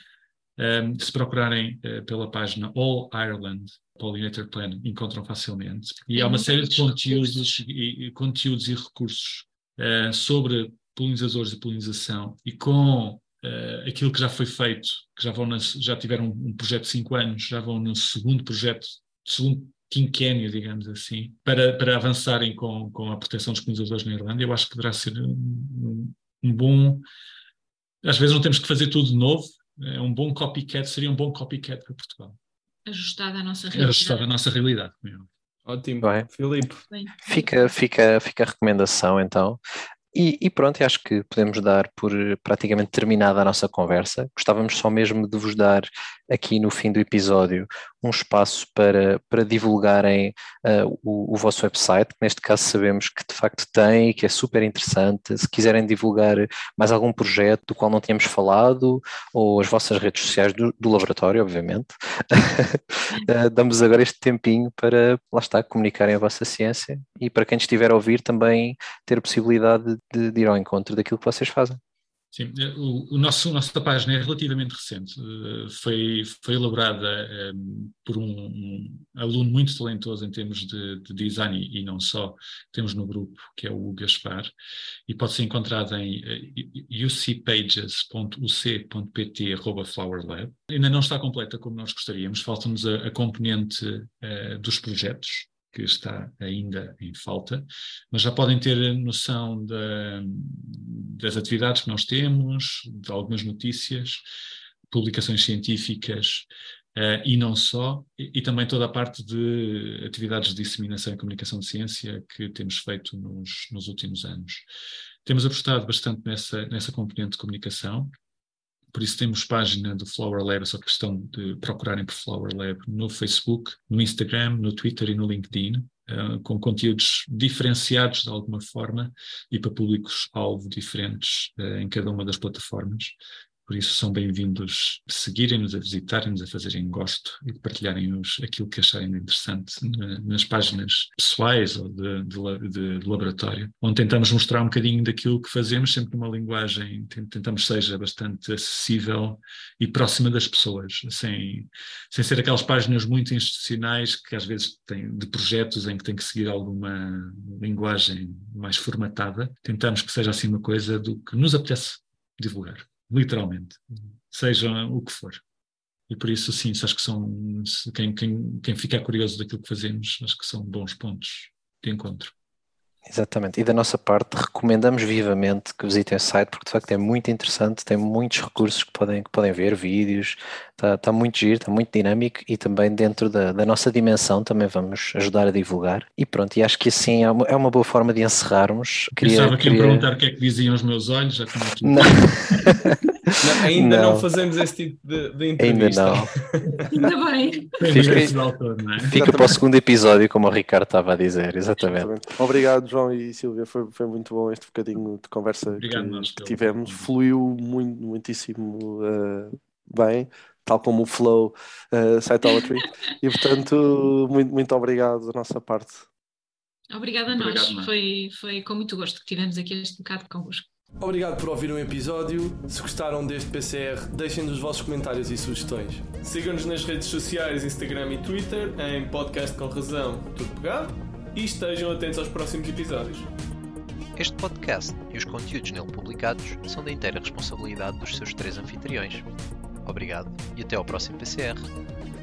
Um, se procurarem uh, pela página All Ireland Pollinator Plan, encontram facilmente. E Tem há uma muitos série de conteúdos recursos. e, e, conteúdos e recursos uh, sobre polinizadores e polinização e com uh, aquilo que já foi feito, que já, vão na, já tiveram um, um projeto de cinco anos, já vão no segundo projeto, segundo quinquénio, digamos assim, para, para avançarem com, com a proteção dos polinizadores na Irlanda. Eu acho que poderá ser um, um, um bom... Às vezes não temos que fazer tudo de novo. É um bom copycat, seria um bom copycat para Portugal. Ajustado à nossa É realidade. ajustado à nossa realidade. Ótimo. Bem. Filipe. Bem, Fica, fica, fica a recomendação, então. E, e pronto, acho que podemos dar por praticamente terminada a nossa conversa. Gostávamos só mesmo de vos dar aqui no fim do episódio um espaço para, para divulgarem uh, o, o vosso website, que neste caso sabemos que de facto tem e que é super interessante. Se quiserem divulgar mais algum projeto do qual não tínhamos falado, ou as vossas redes sociais do, do laboratório, obviamente, uh, damos agora este tempinho para, lá está, comunicarem a vossa ciência e para quem estiver a ouvir também ter a possibilidade de, de ir ao encontro daquilo que vocês fazem. Sim, o, o nosso, a nossa página é relativamente recente. Uh, foi, foi elaborada um, por um, um aluno muito talentoso em termos de, de design e, e não só. Temos no grupo, que é o Gaspar, e pode ser encontrado em uh, u c pages ponto u c ponto p t arroba flower lab. Ainda não está completa como nós gostaríamos. Falta-nos a, a componente uh, dos projetos, que está ainda em falta, mas já podem ter noção da, das atividades que nós temos, de algumas notícias, publicações científicas uh, e não só, e, e também toda a parte de atividades de disseminação e comunicação de ciência que temos feito nos, nos últimos anos. Temos apostado bastante nessa, nessa componente de comunicação. Por isso temos página do Flower Lab, é só questão de procurarem por Flower Lab no Facebook, no Instagram, no Twitter e no LinkedIn, uh, com conteúdos diferenciados de alguma forma e para públicos-alvo diferentes uh, em cada uma das plataformas. Por isso são bem-vindos a seguirem-nos, a visitarem-nos, a fazerem gosto e de partilharem-nos aquilo que acharem interessante na, nas páginas pessoais ou de, de, de, de laboratório, onde tentamos mostrar um bocadinho daquilo que fazemos, sempre numa linguagem, tentamos seja bastante acessível e próxima das pessoas, sem, sem ser aquelas páginas muito institucionais que às vezes têm de projetos em que tem que seguir alguma linguagem mais formatada. Tentamos que seja assim uma coisa do que nos apetece divulgar. Literalmente, seja o que for. E por isso, sim, acho que são, quem, quem, quem ficar curioso daquilo que fazemos, acho que são bons pontos de encontro. Exatamente, e da nossa parte recomendamos vivamente que visitem o site, porque de facto é muito interessante, tem muitos recursos que podem, que podem ver, vídeos, está, está muito giro, está muito dinâmico e também dentro da, da nossa dimensão também vamos ajudar a divulgar. E pronto, e acho que assim é uma, é uma boa forma de encerrarmos. Queria, Pensava que queria... iam perguntar o que é que diziam os meus olhos, já como aqui. Não. Não, ainda não. não fazemos esse tipo de, de Ainda entrevista. não. Ainda bem. Fica, autor, não é? fica para o segundo episódio, como o Ricardo estava a dizer, exatamente. Exatamente. Obrigado, João e Silvia, foi, foi muito bom este bocadinho de conversa Obrigado, que, nós, que tivemos. Fluiu muito, muitíssimo uh, bem, tal como o Flow uh, Cytometry. E portanto, muito, muito obrigado da nossa parte. Obrigada a nós. Obrigado, foi, foi com muito gosto que tivemos aqui este bocado convosco. Obrigado por ouvir o episódio. Se gostaram deste P C R, deixem-nos os vossos comentários e sugestões. Sigam-nos nas redes sociais, Instagram e Twitter, em Podcast com Razão, tudo pegado, e estejam atentos aos próximos episódios. Este podcast e os conteúdos nele publicados são da inteira responsabilidade dos seus três anfitriões. Obrigado e até ao próximo P C R.